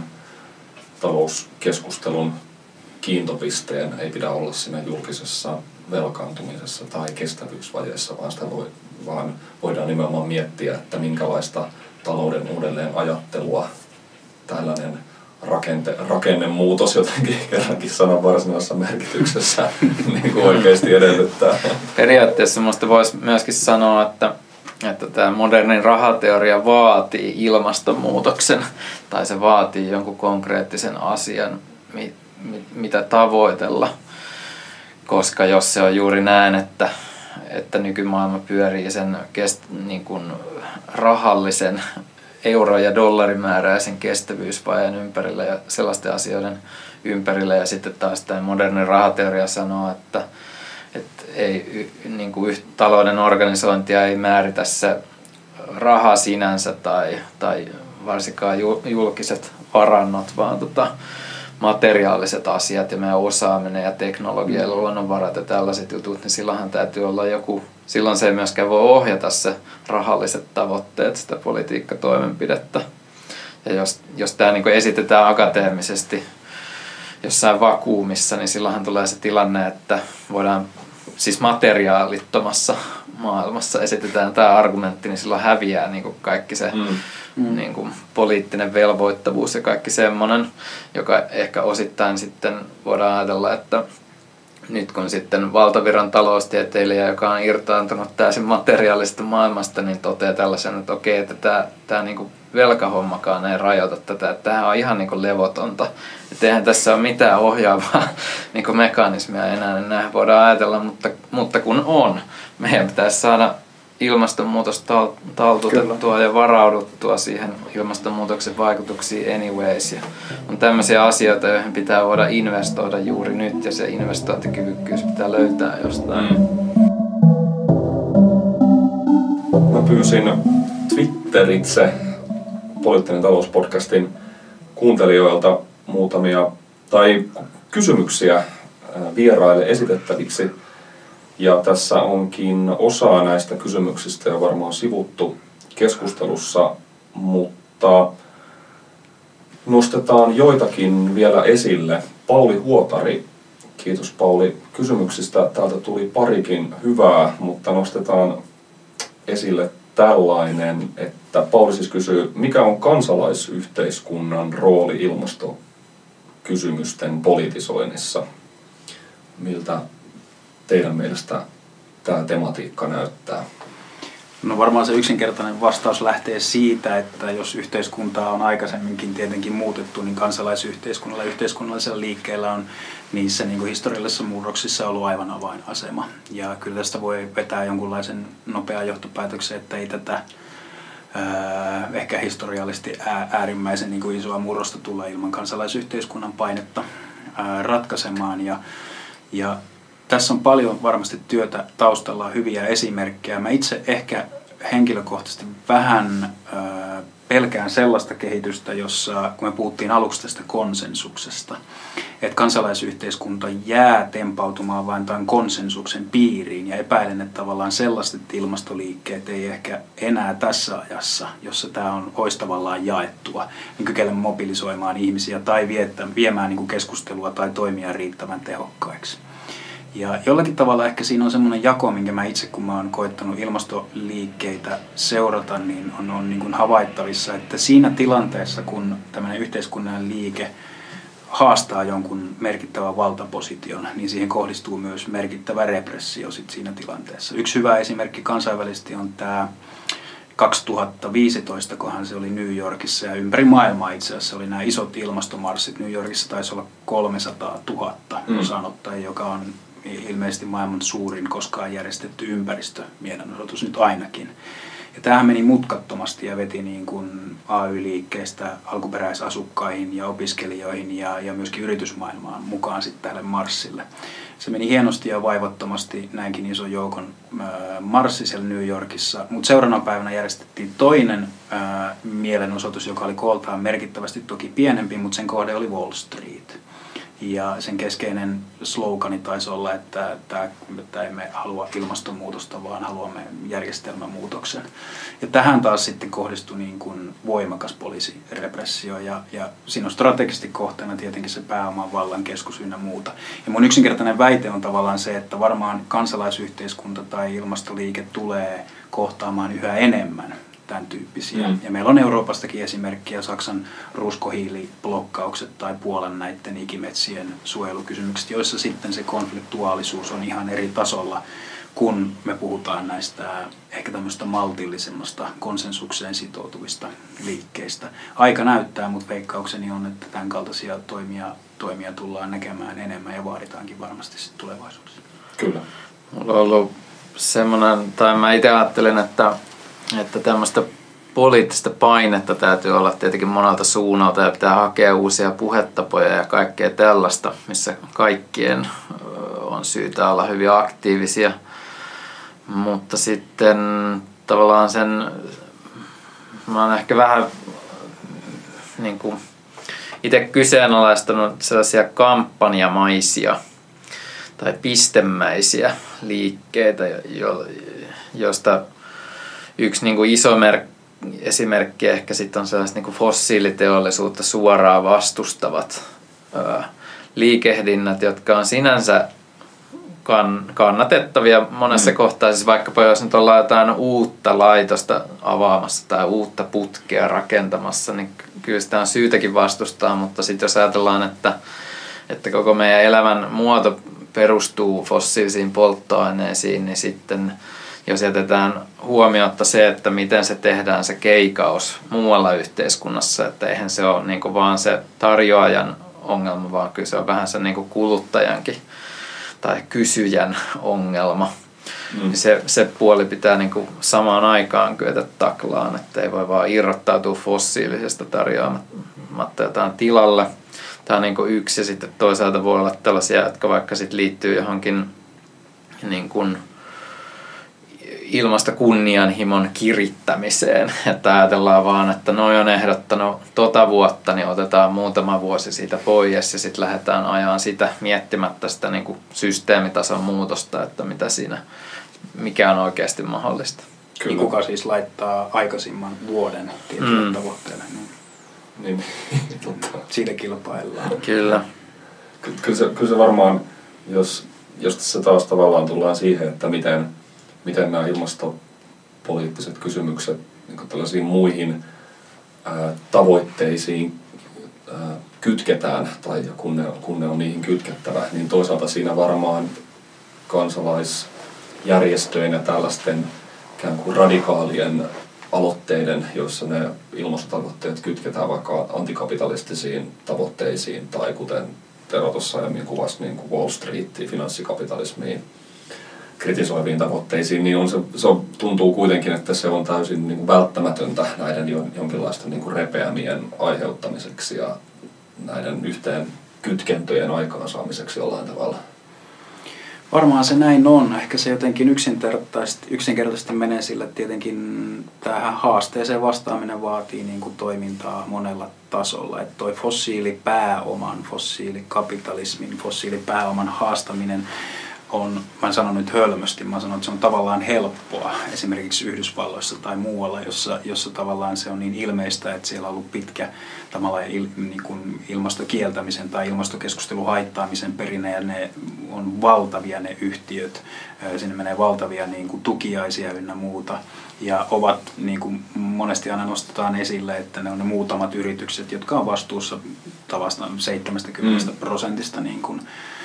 talouskeskustelun kiintopisteen, ei pidä olla siinä julkisessa velkaantumisessa tai kestävyysvajeessa, vaan, sitä voi, vaan voidaan nimenomaan miettiä, että minkälaista talouden uudelleen ajattelua tällainen rakente, rakennemuutos jotenkin kerrankin sanan varsinaisessa merkityksessä niin kuin oikeasti edellyttää. Periaatteessa minusta voisi myöskin sanoa, että että tämä modernin rahateoria vaatii ilmastonmuutoksen tai se vaatii jonkun konkreettisen asian, mitä tavoitella, koska jos se on juuri näin, että, että nykymaailma pyörii sen kest, niin kuin rahallisen euro- ja dollarimääräisen kestävyysvajeen ympärillä ja sellaisten asioiden ympärillä ja sitten taas tämä modernin rahateoria sanoo, että että ei, niin kuin talouden organisointia ei määritä se raha sinänsä tai, tai varsinkaan julkiset varannot, vaan tota, materiaaliset asiat ja meidän osaaminen ja teknologia ja luonnonvarat ja tällaiset jutut, niin silloinhan täytyy olla joku, silloin se ei myöskään voi ohjata se rahalliset tavoitteet, sitä politiikkatoimenpidettä. Ja jos, jos tämä niin kuin esitetään akateemisesti jossain vakuumissa, niin silloinhan tulee se tilanne, että voidaan siis materiaalittomassa maailmassa esitetään tämä argumentti, niin silloin häviää niin kuin kaikki se mm. niin kuin poliittinen velvoittavuus ja kaikki semmoinen, joka ehkä osittain sitten voidaan ajatella, että nyt kun sitten valtaviran taloustieteilijä, joka on irtaantunut täysin materiaalisesta maailmasta, niin toteaa tällaisen, että okei, että tämä, tämä niin kuin velkahommakaan ei rajoita tätä, että tämä on ihan niin kuin levotonta. Että eihän tässä ole mitään ohjaavaa niin kuin mekanismia enää, niin näin voidaan ajatella, mutta, mutta kun on, meidän pitäisi saada ilmastonmuutos taltutettua Kyllä. ja varauduttua siihen ilmastonmuutoksen vaikutuksiin anyways. Ja on tämmöisiä asioita, joihin pitää voida investoida juuri nyt ja se investointikyvykkyys pitää löytää jostain. Mm. kysyin Twitteritse Poliittinen talouspodcastin kuuntelijoilta muutamia tai kysymyksiä vieraille esitettäviksi. Ja tässä onkin osa näistä kysymyksistä jo varmaan sivuttu keskustelussa, mutta nostetaan joitakin vielä esille. Pauli Huotari, kiitos Pauli kysymyksistä. Täältä tuli parikin hyvää, mutta nostetaan esille tällainen, että Pauli siis kysyy, mikä on kansalaisyhteiskunnan rooli ilmastokysymysten politisoinnissa? Miltä teidän mielestä tämä tematiikka näyttää? No varmaan se yksinkertainen vastaus lähtee siitä, että jos yhteiskuntaa on aikaisemminkin tietenkin muutettu, niin kansalaisyhteiskunnalla ja yhteiskunnallisella liikkeellä on niissä niin kuin historiallisissa murroksissa ollut aivan avainasema. Ja kyllä tästä voi vetää jonkunlaisen nopean johtopäätöksen, että ei tätä ää, ehkä historiallisesti äärimmäisen niin kuin isoa murrosta tulla ilman kansalaisyhteiskunnan painetta ää, ratkaisemaan. Ja, ja tässä on paljon varmasti työtä taustalla, hyviä esimerkkejä. Mä itse ehkä henkilökohtaisesti vähän ö, pelkään sellaista kehitystä, jossa, kun me puhuttiin aluksi tästä konsensuksesta, että kansalaisyhteiskunta jää tempautumaan vain tämän konsensuksen piiriin, ja epäilen, että tavallaan sellaiset ilmastoliikkeet ei ehkä enää tässä ajassa, jossa tämä on olisi tavallaan jaettua, niin kykene mobilisoimaan ihmisiä tai viettää, viemään niin kuin keskustelua tai toimia riittävän tehokkaiksi. Ja jollakin tavalla ehkä siinä on semmoinen jako, minkä mä itse, kun mä oon koettanut ilmastoliikkeitä seurata, niin on, on niin kuin havaittavissa, että siinä tilanteessa, kun tämmöinen yhteiskunnallinen liike haastaa jonkun merkittävän valtaposition, niin siihen kohdistuu myös merkittävä repressio sit siinä tilanteessa. Yksi hyvä esimerkki kansainvälisesti on tämä kaksituhattaviisitoista, kohan se oli New Yorkissa ja ympäri maailmaa itse asiassa oli nämä isot ilmastomarssit. New Yorkissa taisi olla kolmesataatuhatta mm. osanottajia, joka on ilmeisesti maailman suurin koskaan järjestetty ympäristömielenosoitus nyt ainakin. Ja tämähän meni mutkattomasti ja veti niin kuin A Y-liikkeistä alkuperäisasukkaihin ja opiskelijoihin ja, ja myöskin yritysmaailmaan mukaan sitten tälle marssille. Se meni hienosti ja vaivattomasti näinkin ison joukon äh, marssi siellä New Yorkissa, mutta seuraavana päivänä järjestettiin toinen äh, mielenosoitus, joka oli kooltaan merkittävästi toki pienempi, mutta sen kohde oli Wall Street. Ja sen keskeinen slogani taisi olla, että, että, että emme halua ilmastonmuutosta, vaan haluamme järjestelmämuutoksen. Ja tähän taas sitten kohdistui niin kuin voimakas poliisirepressio ja, ja siinä on strategisesti kohteena tietenkin se pääoman vallan keskus ynnä muuta. Ja mun yksinkertainen väite on tavallaan se, että varmaan kansalaisyhteiskunta tai ilmastoliike tulee kohtaamaan yhä enemmän tämän tyyppisiä. Mm. Ja meillä on Euroopastakin esimerkkiä, Saksan ruskohiiliblokkaukset tai Puolan näiden ikimetsien suojelukysymykset, joissa sitten se konfliktuaalisuus on ihan eri tasolla, kun me puhutaan näistä ehkä tämmöistä maltillisemmasta konsensukseen sitoutuvista liikkeistä. Aika näyttää, mutta veikkaukseni on, että tämän kaltaisia toimia, toimia tullaan näkemään enemmän ja vaaditaankin varmasti sitten tulevaisuudessa. Kyllä. Mulla on ollut semmoinen, tai mä itse ajattelen, että että tämmöistä poliittista painetta täytyy olla tietenkin monelta suunnalta ja pitää hakea uusia puhetapoja ja kaikkea tällaista, missä kaikkien on syytä olla hyvin aktiivisia. Mutta sitten tavallaan sen, mä oon ehkä vähän niin kuin itse kyseenalaistanut sellaisia kampanjamaisia tai pistemäisiä liikkeitä, joista yksi niin kuin iso merk- esimerkki ehkä sitten on sellaiset niin kuin fossiiliteollisuutta suoraan vastustavat ää, liikehdinnät, jotka on sinänsä kann- kannatettavia monessa mm. kohtaa. Siis vaikkapa jos nyt ollaan jotain uutta laitosta avaamassa tai uutta putkea rakentamassa, niin kyllä sitä on syytäkin vastustaa, mutta sitten jos ajatellaan, että, että koko meidän elämän muoto perustuu fossiilisiin polttoaineisiin, niin sitten jos jätetään huomiotta se, että miten se tehdään se keikaus muualla yhteiskunnassa, että eihän se ole niin kuin vaan se tarjoajan ongelma, vaan kyllä se on vähän se niin kuin kuluttajankin tai kysyjän ongelma. Mm. Se, se puoli pitää niin kuin samaan aikaan kyetä taklaan, että ei voi vaan irrottautua fossiilisesta tarjoamatta jotain tilalle. Tämä on niin kuin yksi ja sitten toisaalta voi olla tällaisia, jotka vaikka sitten liittyy johonkin niin kuin ilmastokunnianhimon kirittämiseen. Että ajatellaan vaan, että noi on ehdottanut tota vuotta, niin otetaan muutama vuosi siitä pois ja sitten lähdetään ajaa sitä miettimättä sitä niin kuin systeemitason muutosta, että mitä siinä, mikä on oikeasti mahdollista. Kyllä. Kuka siis laittaa aikaisimman vuoden tietylle mm. tavoitteelle. Niin. Niin, siitä kilpaillaan. Kyllä. Ky- kyllä, se, kyllä se varmaan, jos, jos tässä taas tavallaan tullaan siihen, että miten, miten nämä ilmastopoliittiset kysymykset niin tällaisiin muihin ää, tavoitteisiin ää, kytketään, tai kun ne, kun ne on niihin kytkettävä, niin toisaalta siinä varmaan kansalaisjärjestöjen ja tällaisten ikään kuin radikaalien aloitteiden, joissa ne ilmastotavoitteet kytketään vaikka antikapitalistisiin tavoitteisiin tai kuten Tero tuossa aiemmin kuvasi niin kuin Wall Streetiin, finanssikapitalismiin kritisoiviin tavoitteisiin, niin on se, se on, tuntuu kuitenkin, että se on täysin niin kuin välttämätöntä näiden jonkinlaisten niin kuin repeämien aiheuttamiseksi ja näiden yhteen kytkentöjen aikaansaamiseksi jollain tavalla. Varmaan se näin on. Ehkä se jotenkin yksinkertaisesti, yksinkertaisesti menee sillä, että tietenkin tähän haasteeseen vastaaminen vaatii niin kuin toimintaa monella tasolla. Että toi fossiilipääoman, fossiilikapitalismin, fossiilipääoman haastaminen on, mä en sano nyt hölmösti, mä sanon, että se on tavallaan helppoa esimerkiksi Yhdysvalloissa tai muualla, jossa, jossa tavallaan se on niin ilmeistä, että siellä on ollut pitkä il, niin kuin ilmastokieltämisen tai ilmastokeskustelun haittaamisen perinne ja ne on valtavia ne yhtiöt, sinne menee valtavia niin kuin tukiaisia ynnä muuta ja ovat, niin kuin monesti aina nostetaan esille, että ne on ne muutamat yritykset, jotka on vastuussa tavasta seitsemänkymmentä prosentista niin kuin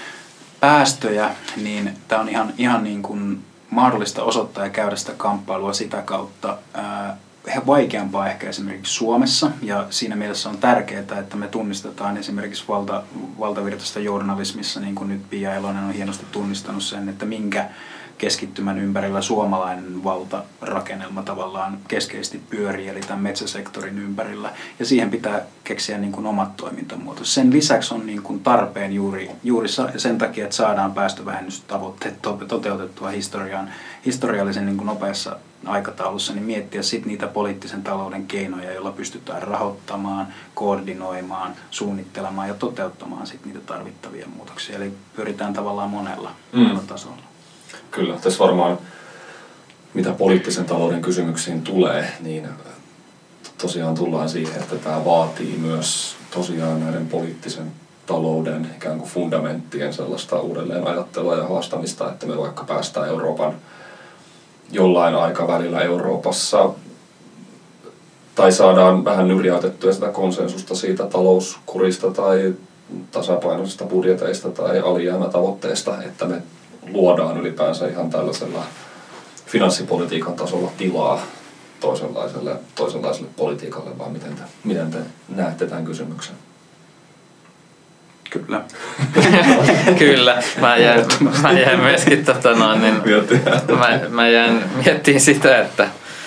päästöjä, niin tämä on ihan, ihan niin kuin mahdollista osoittaa ja käydä sitä kamppailua sitä kautta ää, vaikeampaa ehkä esimerkiksi Suomessa, ja siinä mielessä on tärkeää, että me tunnistetaan esimerkiksi valta, valtavirtaista journalismissa, niin kuin nyt Pia Elonen on hienosti tunnistanut sen, että minkä keskittymän ympärillä suomalainen valtarakennelma tavallaan keskeisesti pyörii, eli tämän metsäsektorin ympärillä. Ja siihen pitää keksiä niin kuin omat toimintamuotot. Sen lisäksi on niin kuin tarpeen juuri, juuri sen takia, että saadaan päästövähennystavoitteet toteutettua historiaan, historiallisen niin kuin nopeassa aikataulussa, niin miettiä sitten niitä poliittisen talouden keinoja, joilla pystytään rahoittamaan, koordinoimaan, suunnittelemaan ja toteuttamaan sitten niitä tarvittavia muutoksia. Eli pyritään tavallaan monella, mm. monella tasolla. Kyllä, tässä varmaan mitä poliittisen talouden kysymyksiin tulee, niin tosiaan tullaan siihen, että tämä vaatii myös tosiaan näiden poliittisen talouden ikään kuin fundamenttien sellaista uudelleen ajattelua ja haastamista, että me vaikka päästään Euroopan jollain aikavälillä Euroopassa tai saadaan vähän nyrjäytettyä sitä konsensusta siitä talouskurista tai tasapainoisista budjeteista tai alijäämätavoitteista, että me luodaan ylipäänsä ihan tällaisella finanssipolitiikan tasolla tilaa toisenlaiselle, toisenlaiselle politiikalle, vai miten te, miten te näette tämän kysymyksen? Kyllä. Kyllä. Mä jäin, mä jäin myöskin tota noin, niin mä, mä jäin miettimään sitä, että,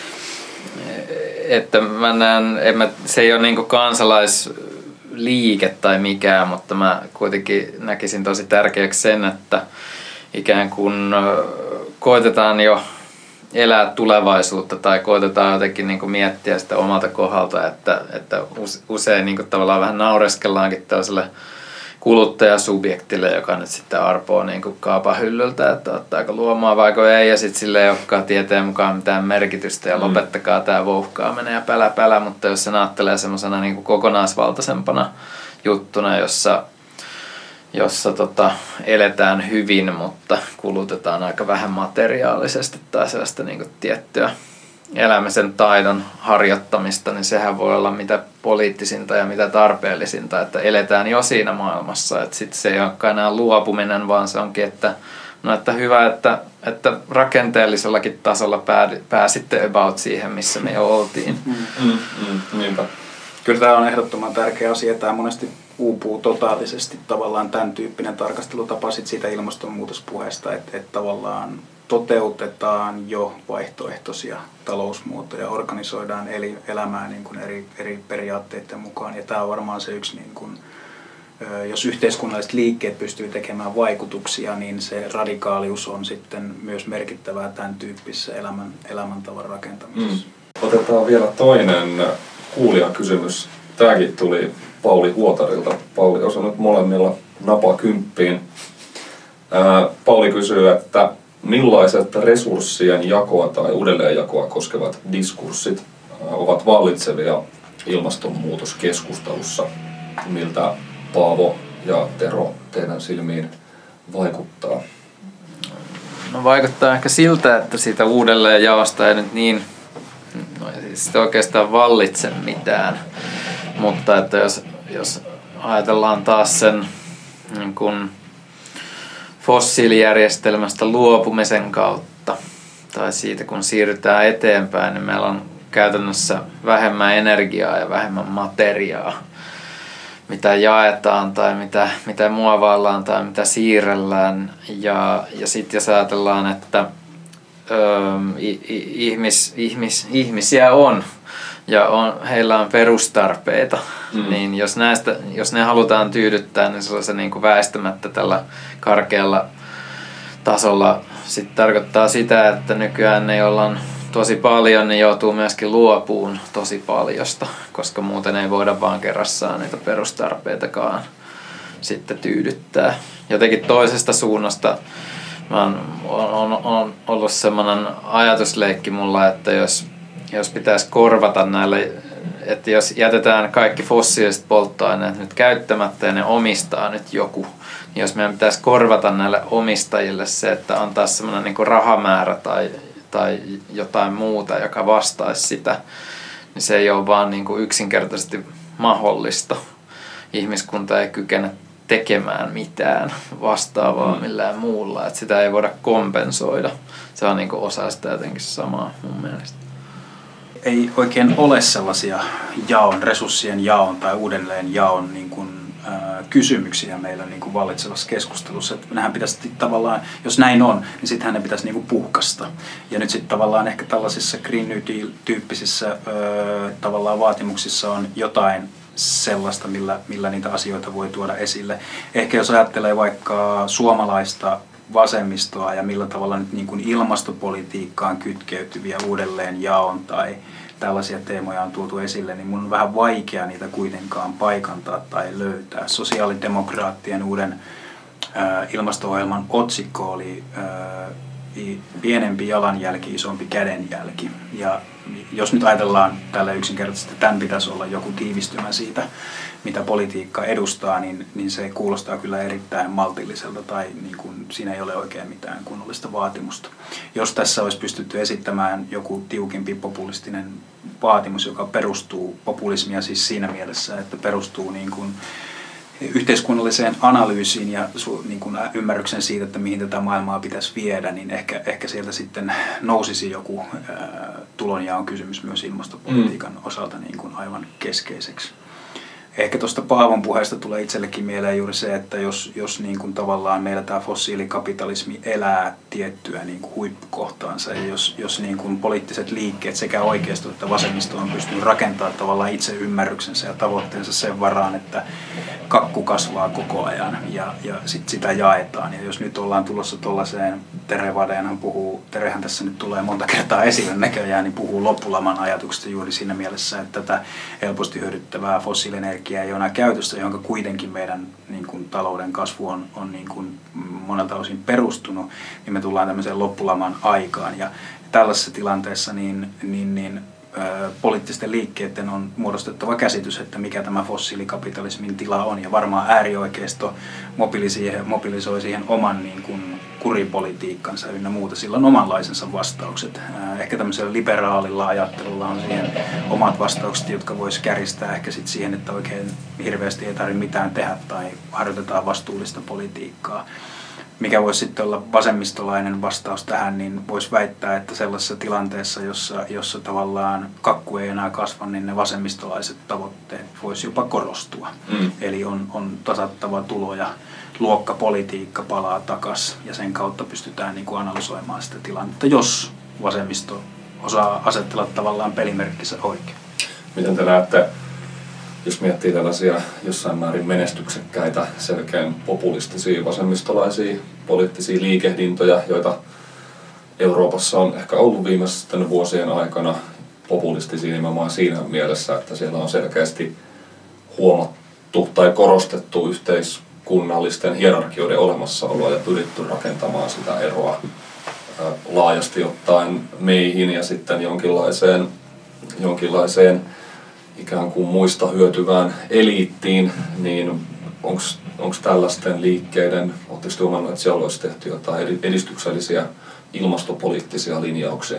että mä näen, en mä, se ei ole niinku kansalaisliike tai mikään, mutta mä kuitenkin näkisin tosi tärkeäksi sen, että ikään kuin koitetaan jo elää tulevaisuutta tai koitetaan jotenkin niin kuin miettiä sitä omalta kohdalta, että, että usein niin kuin tavallaan vähän naureskellaankin tällaiselle kuluttajasubjektille, joka nyt sitten arpoo niin kuin kaupan hyllyltä, että ottaako luomaa vaiko ei, ja sitten sille ei olekaan tieteen mukaan mitään merkitystä, ja lopettakaa tämä vouhkaaminen ja pälä pälä, mutta jos sen ajattelee semmoisena niin kuin kokonaisvaltaisempana juttuna, jossa jossa tota, eletään hyvin, mutta kulutetaan aika vähän materiaalisesti tai sellaista niin kuin tiettyä elämisen taidon harjoittamista, niin sehän voi olla mitä poliittisinta ja mitä tarpeellisinta, että eletään jo siinä maailmassa, että sitten se ei olekaan enää luopuminen, vaan se onkin, että no että hyvä, että, että rakenteellisellakin tasolla pääsitte about siihen, missä me jo oltiin. Mm, mm, mm, niinpä. Kyllä tämä on ehdottoman tärkeä asia. Tämä monesti uupuu totaalisesti tavallaan tämän tyyppinen tarkastelutapa sit siitä ilmastonmuutospuheesta, että, että tavallaan toteutetaan jo vaihtoehtoisia talousmuotoja, organisoidaan eli elämää niin kuin eri, eri periaatteiden mukaan. Ja tämä on varmaan se yksi niin kuin jos yhteiskunnalliset liikkeet pystyy tekemään vaikutuksia, niin se radikaalius on sitten myös merkittävää tämän tyyppisessä elämän, elämäntavan rakentamisessa. Mm. Otetaan vielä toinen kuulijakysymys. Tämäkin tuli Pauli Huotarilta. Pauli osui nyt molemmilla napakymppiin. Ää, Pauli kysyy, että millaiset resurssien jakoa tai uudelleenjakoa koskevat diskurssit ovat vallitsevia ilmastonmuutoskeskustelussa? Miltä Paavo ja Tero teidän silmiin vaikuttaa? No vaikuttaa ehkä siltä, että siitä uudelleenjaosta ei nyt niin, no ei siis oikeastaan vallitse mitään, mutta että jos, jos ajatellaan taas sen niin kun fossiilijärjestelmästä luopumisen kautta tai siitä kun siirrytään eteenpäin, niin meillä on käytännössä vähemmän energiaa ja vähemmän materiaa, mitä jaetaan tai mitä, mitä muovaillaan tai mitä siirrellään. Ja, ja sitten jos ajatellaan, että ö, ihmis, ihmis, ihmisiä on ja on, heillä on perustarpeita, mm. niin jos, näistä, jos ne halutaan tyydyttää, niin se on se niin kuin väistämättä tällä karkealla tasolla. Sitten tarkoittaa sitä, että nykyään ne, joilla on tosi paljon, niin joutuu myöskin luopuun tosi paljosta, koska muuten ei voida vaan kerrassaan niitä perustarpeitakaan sitten tyydyttää. Jotenkin toisesta suunnasta mä on, on, on ollut semmoinen ajatusleikki mulla, että jos, jos pitäisi korvata näille, että jos jätetään kaikki fossiiliset polttoaineet nyt käyttämättä ja ne omistaa nyt joku, niin jos meidän pitäisi korvata näille omistajille se, että antaa semmoinen niin kuin rahamäärä tai tai jotain muuta, joka vastaisi sitä, niin se ei ole vaan niin kuin yksinkertaisesti mahdollista. Ihmiskunta ei kykene tekemään mitään vastaavaa millään muulla, että sitä ei voida kompensoida. Se on niin kuin osa sitä jotenkin samaa mun mielestä. Ei oikein ole sellaisia jaon, resurssien jaon tai uudelleen jaon niin kuin kysymyksiä meillä niin kuin vallitsevassa keskustelussa. Että nehän pitäisi tavallaan, jos näin on, niin sittenhän ne pitäisi niin kuin puhkasta. Ja nyt sitten tavallaan ehkä tällaisissa Green New Deal-tyyppisissä öö, tavallaan vaatimuksissa on jotain sellaista, millä, millä niitä asioita voi tuoda esille. Ehkä jos ajattelee vaikka suomalaista vasemmistoa ja millä tavalla nyt niin kuin ilmastopolitiikkaan kytkeytyviä uudelleenjaon tai tällaisia teemoja on tuotu esille, niin mun on vähän vaikea niitä kuitenkaan paikantaa tai löytää. Sosiaalidemokraattien uuden ä, ilmasto-ohjelman otsikko oli ä, pienempi jalanjälki, isompi kädenjälki. Ja jos nyt ajatellaan tällä yksinkertaisesti, että tämän pitäisi olla joku tiivistymä siitä, mitä politiikka edustaa, niin, niin se kuulostaa kyllä erittäin maltilliselta tai niin kuin siinä ei ole oikein mitään kunnollista vaatimusta. Jos tässä olisi pystytty esittämään joku tiukempi populistinen vaatimus, joka perustuu populismia siis siinä mielessä, että perustuu niin kuin yhteiskunnalliseen analyysiin ja niin kuin ymmärryksen siitä, että mihin tätä maailmaa pitäisi viedä, niin ehkä, ehkä sieltä sitten nousisi joku ää, tulonjaon kysymys myös ilmastopolitiikan mm. osalta niin kuin aivan keskeiseksi. Ehkä tuosta Paavon puheesta tulee itsellekin mieleen juuri se, että jos, jos niin kuin tavallaan meillä tämä fossiilikapitalismi elää tiettyä niin kuin huippukohtaansa ja jos, jos niin kuin poliittiset liikkeet sekä oikeisto että vasemmisto on pystynyt rakentamaan tavallaan itse ymmärryksensä ja tavoitteensa sen varaan, että kakku kasvaa koko ajan ja, ja sit sitä jaetaan. Ja jos nyt ollaan tulossa tuollaiseen, Tere Vadeenhan puhuu, Terehän tässä nyt tulee monta kertaa esille näköjään, niin puhuu loppulaman ajatuksesta juuri siinä mielessä, että tätä helposti hyödyttävää fossiilienergiaa ei ole enää käytössä, jonka kuitenkin meidän niin kuin, talouden kasvu on, on niin kuin, monelta osin perustunut, niin me tullaan tämmöiseen loppulaman aikaan. Ja tällaisessa tilanteessa niin, niin, niin, ö, poliittisten liikkeiden on muodostettava käsitys, että mikä tämä fossiilikapitalismin tila on. Ja varmaan äärioikeisto mobilisoi siihen oman niin kuin, kuripolitiikkansa ynnä muuta. Sillä on omanlaisensa vastaukset. Ehkä tämmöisellä liberaalilla ajattelulla on siihen omat vastaukset, jotka voisi kärjistää ehkä sit siihen, että oikein hirveästi ei tarvitse mitään tehdä tai harjoitetaan vastuullista politiikkaa. Mikä voisi sitten olla vasemmistolainen vastaus tähän, niin voisi väittää, että sellaisessa tilanteessa, jossa, jossa tavallaan kakku ei enää kasva, niin ne vasemmistolaiset tavoitteet voisi jopa korostua. Mm. Eli on, on tasattava tuloja. Luokkapolitiikka palaa takaisin ja sen kautta pystytään niin kuin analysoimaan sitä tilannetta, jos vasemmisto osaa asettella tavallaan pelimerkkinsä oikein. Miten te näette jos miettii tällaisia jossain määrin menestyksekkäitä, selkeän populistisia, vasemmistolaisia poliittisia liikehdintoja, joita Euroopassa on ehkä ollut viimeisten vuosien aikana populistisia nimenomaan siinä mielessä, että siellä on selkeästi huomattu tai korostettu yhteiskunnallisten hierarkioiden olemassaoloa ja pyritty rakentamaan sitä eroa laajasti ottaen meihin ja sitten jonkinlaiseen, jonkinlaiseen ikään kuin muista hyötyvään eliittiin, niin onko tällaisten liikkeiden, oletteko te huomannut, että siellä olisi tehty jotain edistyksellisiä ilmastopoliittisia linjauksia?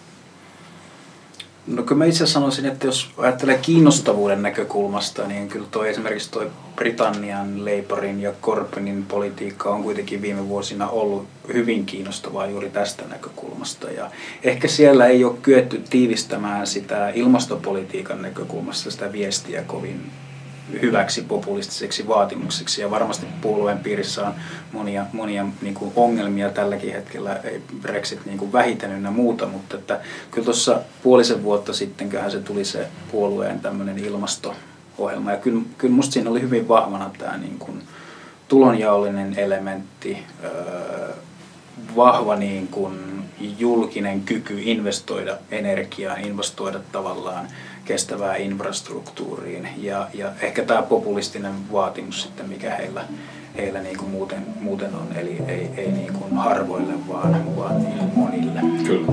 No kyllä mä itse sanoisin, että jos ajattelee kiinnostavuuden näkökulmasta, niin kyllä toi esimerkiksi toi Britannian, Labourin ja Corbynin politiikka on kuitenkin viime vuosina ollut hyvin kiinnostavaa juuri tästä näkökulmasta. Ja ehkä siellä ei ole kyetty tiivistämään sitä ilmastopolitiikan näkökulmasta sitä viestiä kovin hyväksi populistiseksi vaatimukseksi, ja varmasti puolueen piirissä on monia, monia niin kuin ongelmia tälläkin hetkellä, ei Brexit niin kuin vähiten ynnä muuta, mutta että kyllä tuossa puolisen vuotta sittenköhän se tuli se puolueen tämmöinen ilmasto-ohjelma, ja kyllä, kyllä musta siinä oli hyvin vahvana tämä niin kuin tulonjaollinen elementti, öö, vahva niin kuin julkinen kyky investoida energiaan, investoida tavallaan kestävää infrastruktuuriin ja, ja ehkä tämä populistinen vaatimus sitten, mikä heillä, heillä niin kuin muuten, muuten on, eli ei, ei niin kuin harvoille, vaan, vaan niin kuin monille. Kyllä.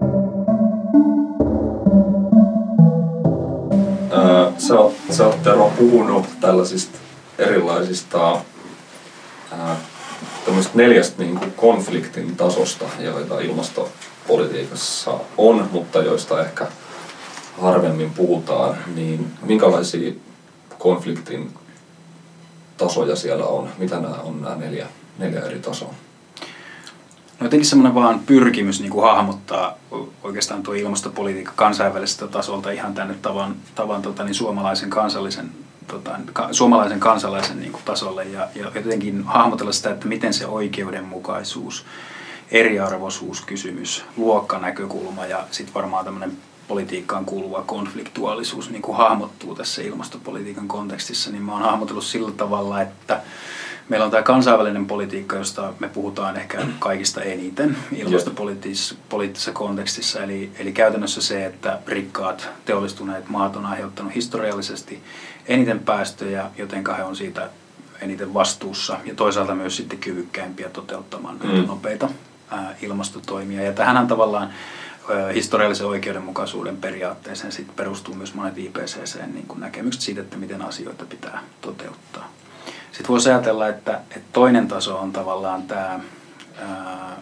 Öö, sä, oot, sä oot Tero puhunut tällaisista erilaisista ää, neljästä niin kuin konfliktin tasosta, joita ilmastopolitiikassa on, mutta joista ehkä harvemmin puhutaan, niin minkälaisia konfliktin tasoja siellä on? Mitä nämä on nämä neljä, neljä eri tasoa? No jotenkin semmoinen vaan pyrkimys niin kuin hahmottaa oikeastaan tuo ilmastopolitiikka kansainvälisestä tasolta ihan tänne tavan, tavan tota, niin suomalaisen kansallisen Tota, ka, suomalaisen kansalaisen niin kuin tasolle ja, ja jotenkin hahmotella sitä, että miten se oikeudenmukaisuus, eriarvoisuuskysymys, luokkanäkökulma ja sitten varmaan tämmöinen politiikkaan kuuluva konfliktuaalisuus niin kuin hahmottuu tässä ilmastopolitiikan kontekstissa, niin mä oon hahmotellut sillä tavalla, että meillä on tämä kansainvälinen politiikka, josta me puhutaan ehkä kaikista eniten ilmastopoliittisessa kontekstissa, eli, eli käytännössä se, että rikkaat teollistuneet maat on aiheuttanut historiallisesti eniten päästöjä, jotenka he on siitä eniten vastuussa ja toisaalta myös sitten kyvykkäimpiä toteuttamaan mm. nopeita ää, ilmastotoimia. Ja tähänhän tavallaan ää, historiallisen oikeudenmukaisuuden periaatteeseen sit perustuu myös monet I P C C:n niin kuin näkemykset siitä, että miten asioita pitää toteuttaa. Sitten voisi ajatella, että, että toinen taso on tavallaan tämä ää,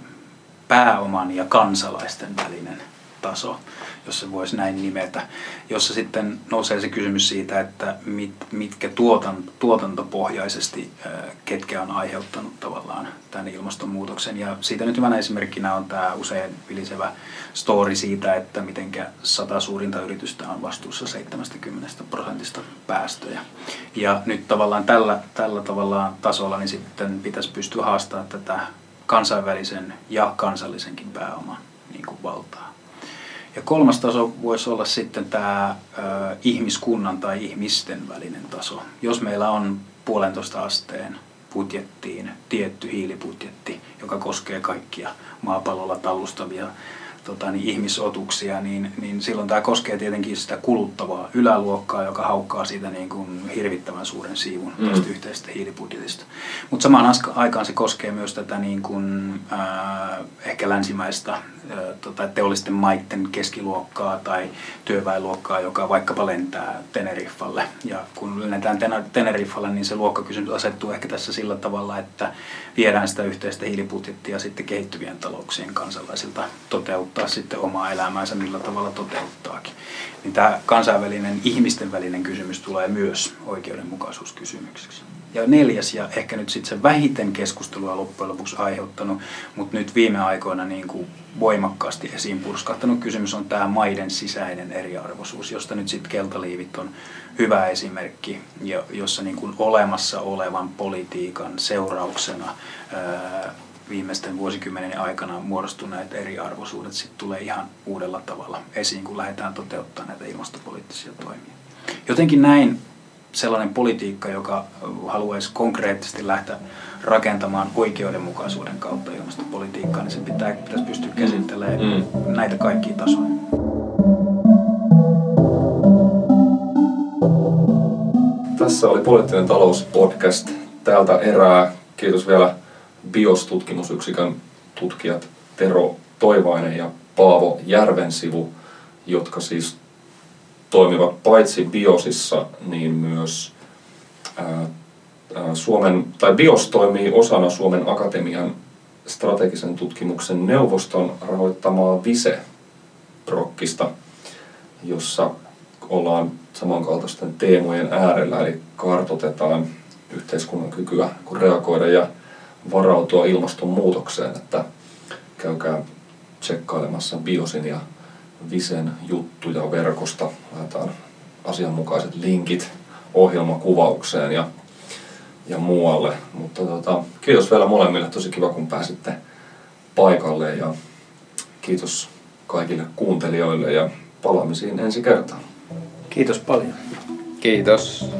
pääoman ja kansalaisten välinen taso, jos se voisi näin nimetä, jossa sitten nousee se kysymys siitä, että mit, mitkä tuotan, tuotantopohjaisesti ää, ketkä on aiheuttanut tavallaan tämän ilmastonmuutoksen. Ja siitä nyt hyvänä esimerkkinä on tämä usein vilisevä story siitä, että mitenkä sata suurinta yritystä on vastuussa seitsemänkymmentä prosentista päästöjä. Ja nyt tavallaan tällä, tällä tavallaan tasolla niin sitten pitäisi pystyä haastamaan tätä kansainvälisen ja kansallisenkin pääoman niin kuin valtaa. Ja kolmas taso voisi olla sitten tämä ö, ihmiskunnan tai ihmisten välinen taso. Jos meillä on puolentoista asteen budjettiin tietty hiilibudjetti, joka koskee kaikkia maapallolla tallustavia tota, niin ihmisotuksia, niin, niin silloin tämä koskee tietenkin sitä kuluttavaa yläluokkaa, joka haukkaa siitä niin kuin hirvittävän suuren siivun mm. tästä yhteisestä hiilibudjetista. Mutta samaan aikaan se koskee myös tätä niin kuin, äh, ehkä länsimäistä äh, tota, teollisten maiden keskiluokkaa tai työväenluokkaa, joka vaikkapa lentää Teneriffalle. Ja kun lennetään Teneriffalle, niin se luokkakysymys asettuu ehkä tässä sillä tavalla, että viedään sitä yhteistä hiilibudjettia sitten kehittyvien talouksien kansalaisilta toteuttaa sitten omaa elämäänsä, millä tavalla toteuttaakin. Niin tämä kansainvälinen ihmisten välinen kysymys tulee myös oikeudenmukaisuuskysymykseksi. Ja neljäs ja ehkä nyt sitten se vähiten keskustelua loppujen lopuksi aiheuttanut, mutta nyt viime aikoina niin kuin voimakkaasti esiin purskahtanut kysymys on tämä maiden sisäinen eriarvoisuus, josta nyt sitten keltaliivit on hyvä esimerkki, jossa niin kuin olemassa olevan politiikan seurauksena ää, viimeisten vuosikymmenen aikana muodostuneet eriarvoisuudet sitten tulee ihan uudella tavalla esiin, kun lähdetään toteuttamaan näitä ilmastopoliittisia toimia. Jotenkin näin sellainen politiikka, joka haluaisi konkreettisesti lähteä rakentamaan oikeudenmukaisuuden kautta ilmastopolitiikkaa, niin se pitää, pitäisi pystyä käsittelemään mm. näitä kaikkia tasoja. Tässä oli Poliittinen talous podcast tältä erää. Kiitos vielä BIOS-tutkimusyksikön tutkijat Tero Toivainen ja Paavo Järvensivu, jotka siis toimivat paitsi BIOSissa, niin myös ää, Suomen, tai BIOS toimii osana Suomen Akatemian strategisen tutkimuksen neuvoston rahoittamaa Vise-prokkista, jossa ollaan samankaltaisten teemojen äärellä, eli kartoitetaan yhteiskunnan kykyä kun reagoida ja varautua ilmastonmuutokseen, että käykää tsekkailemassa BIOSin ja Visen juttuja verkosta, laitetaan asianmukaiset linkit ohjelmakuvaukseen ja, ja muualle. Mutta tota, kiitos vielä molemmille, tosi kiva kun pääsitte paikalle ja kiitos kaikille kuuntelijoille ja palaamisiin ensi kertaan. Kiitos paljon. Kiitos.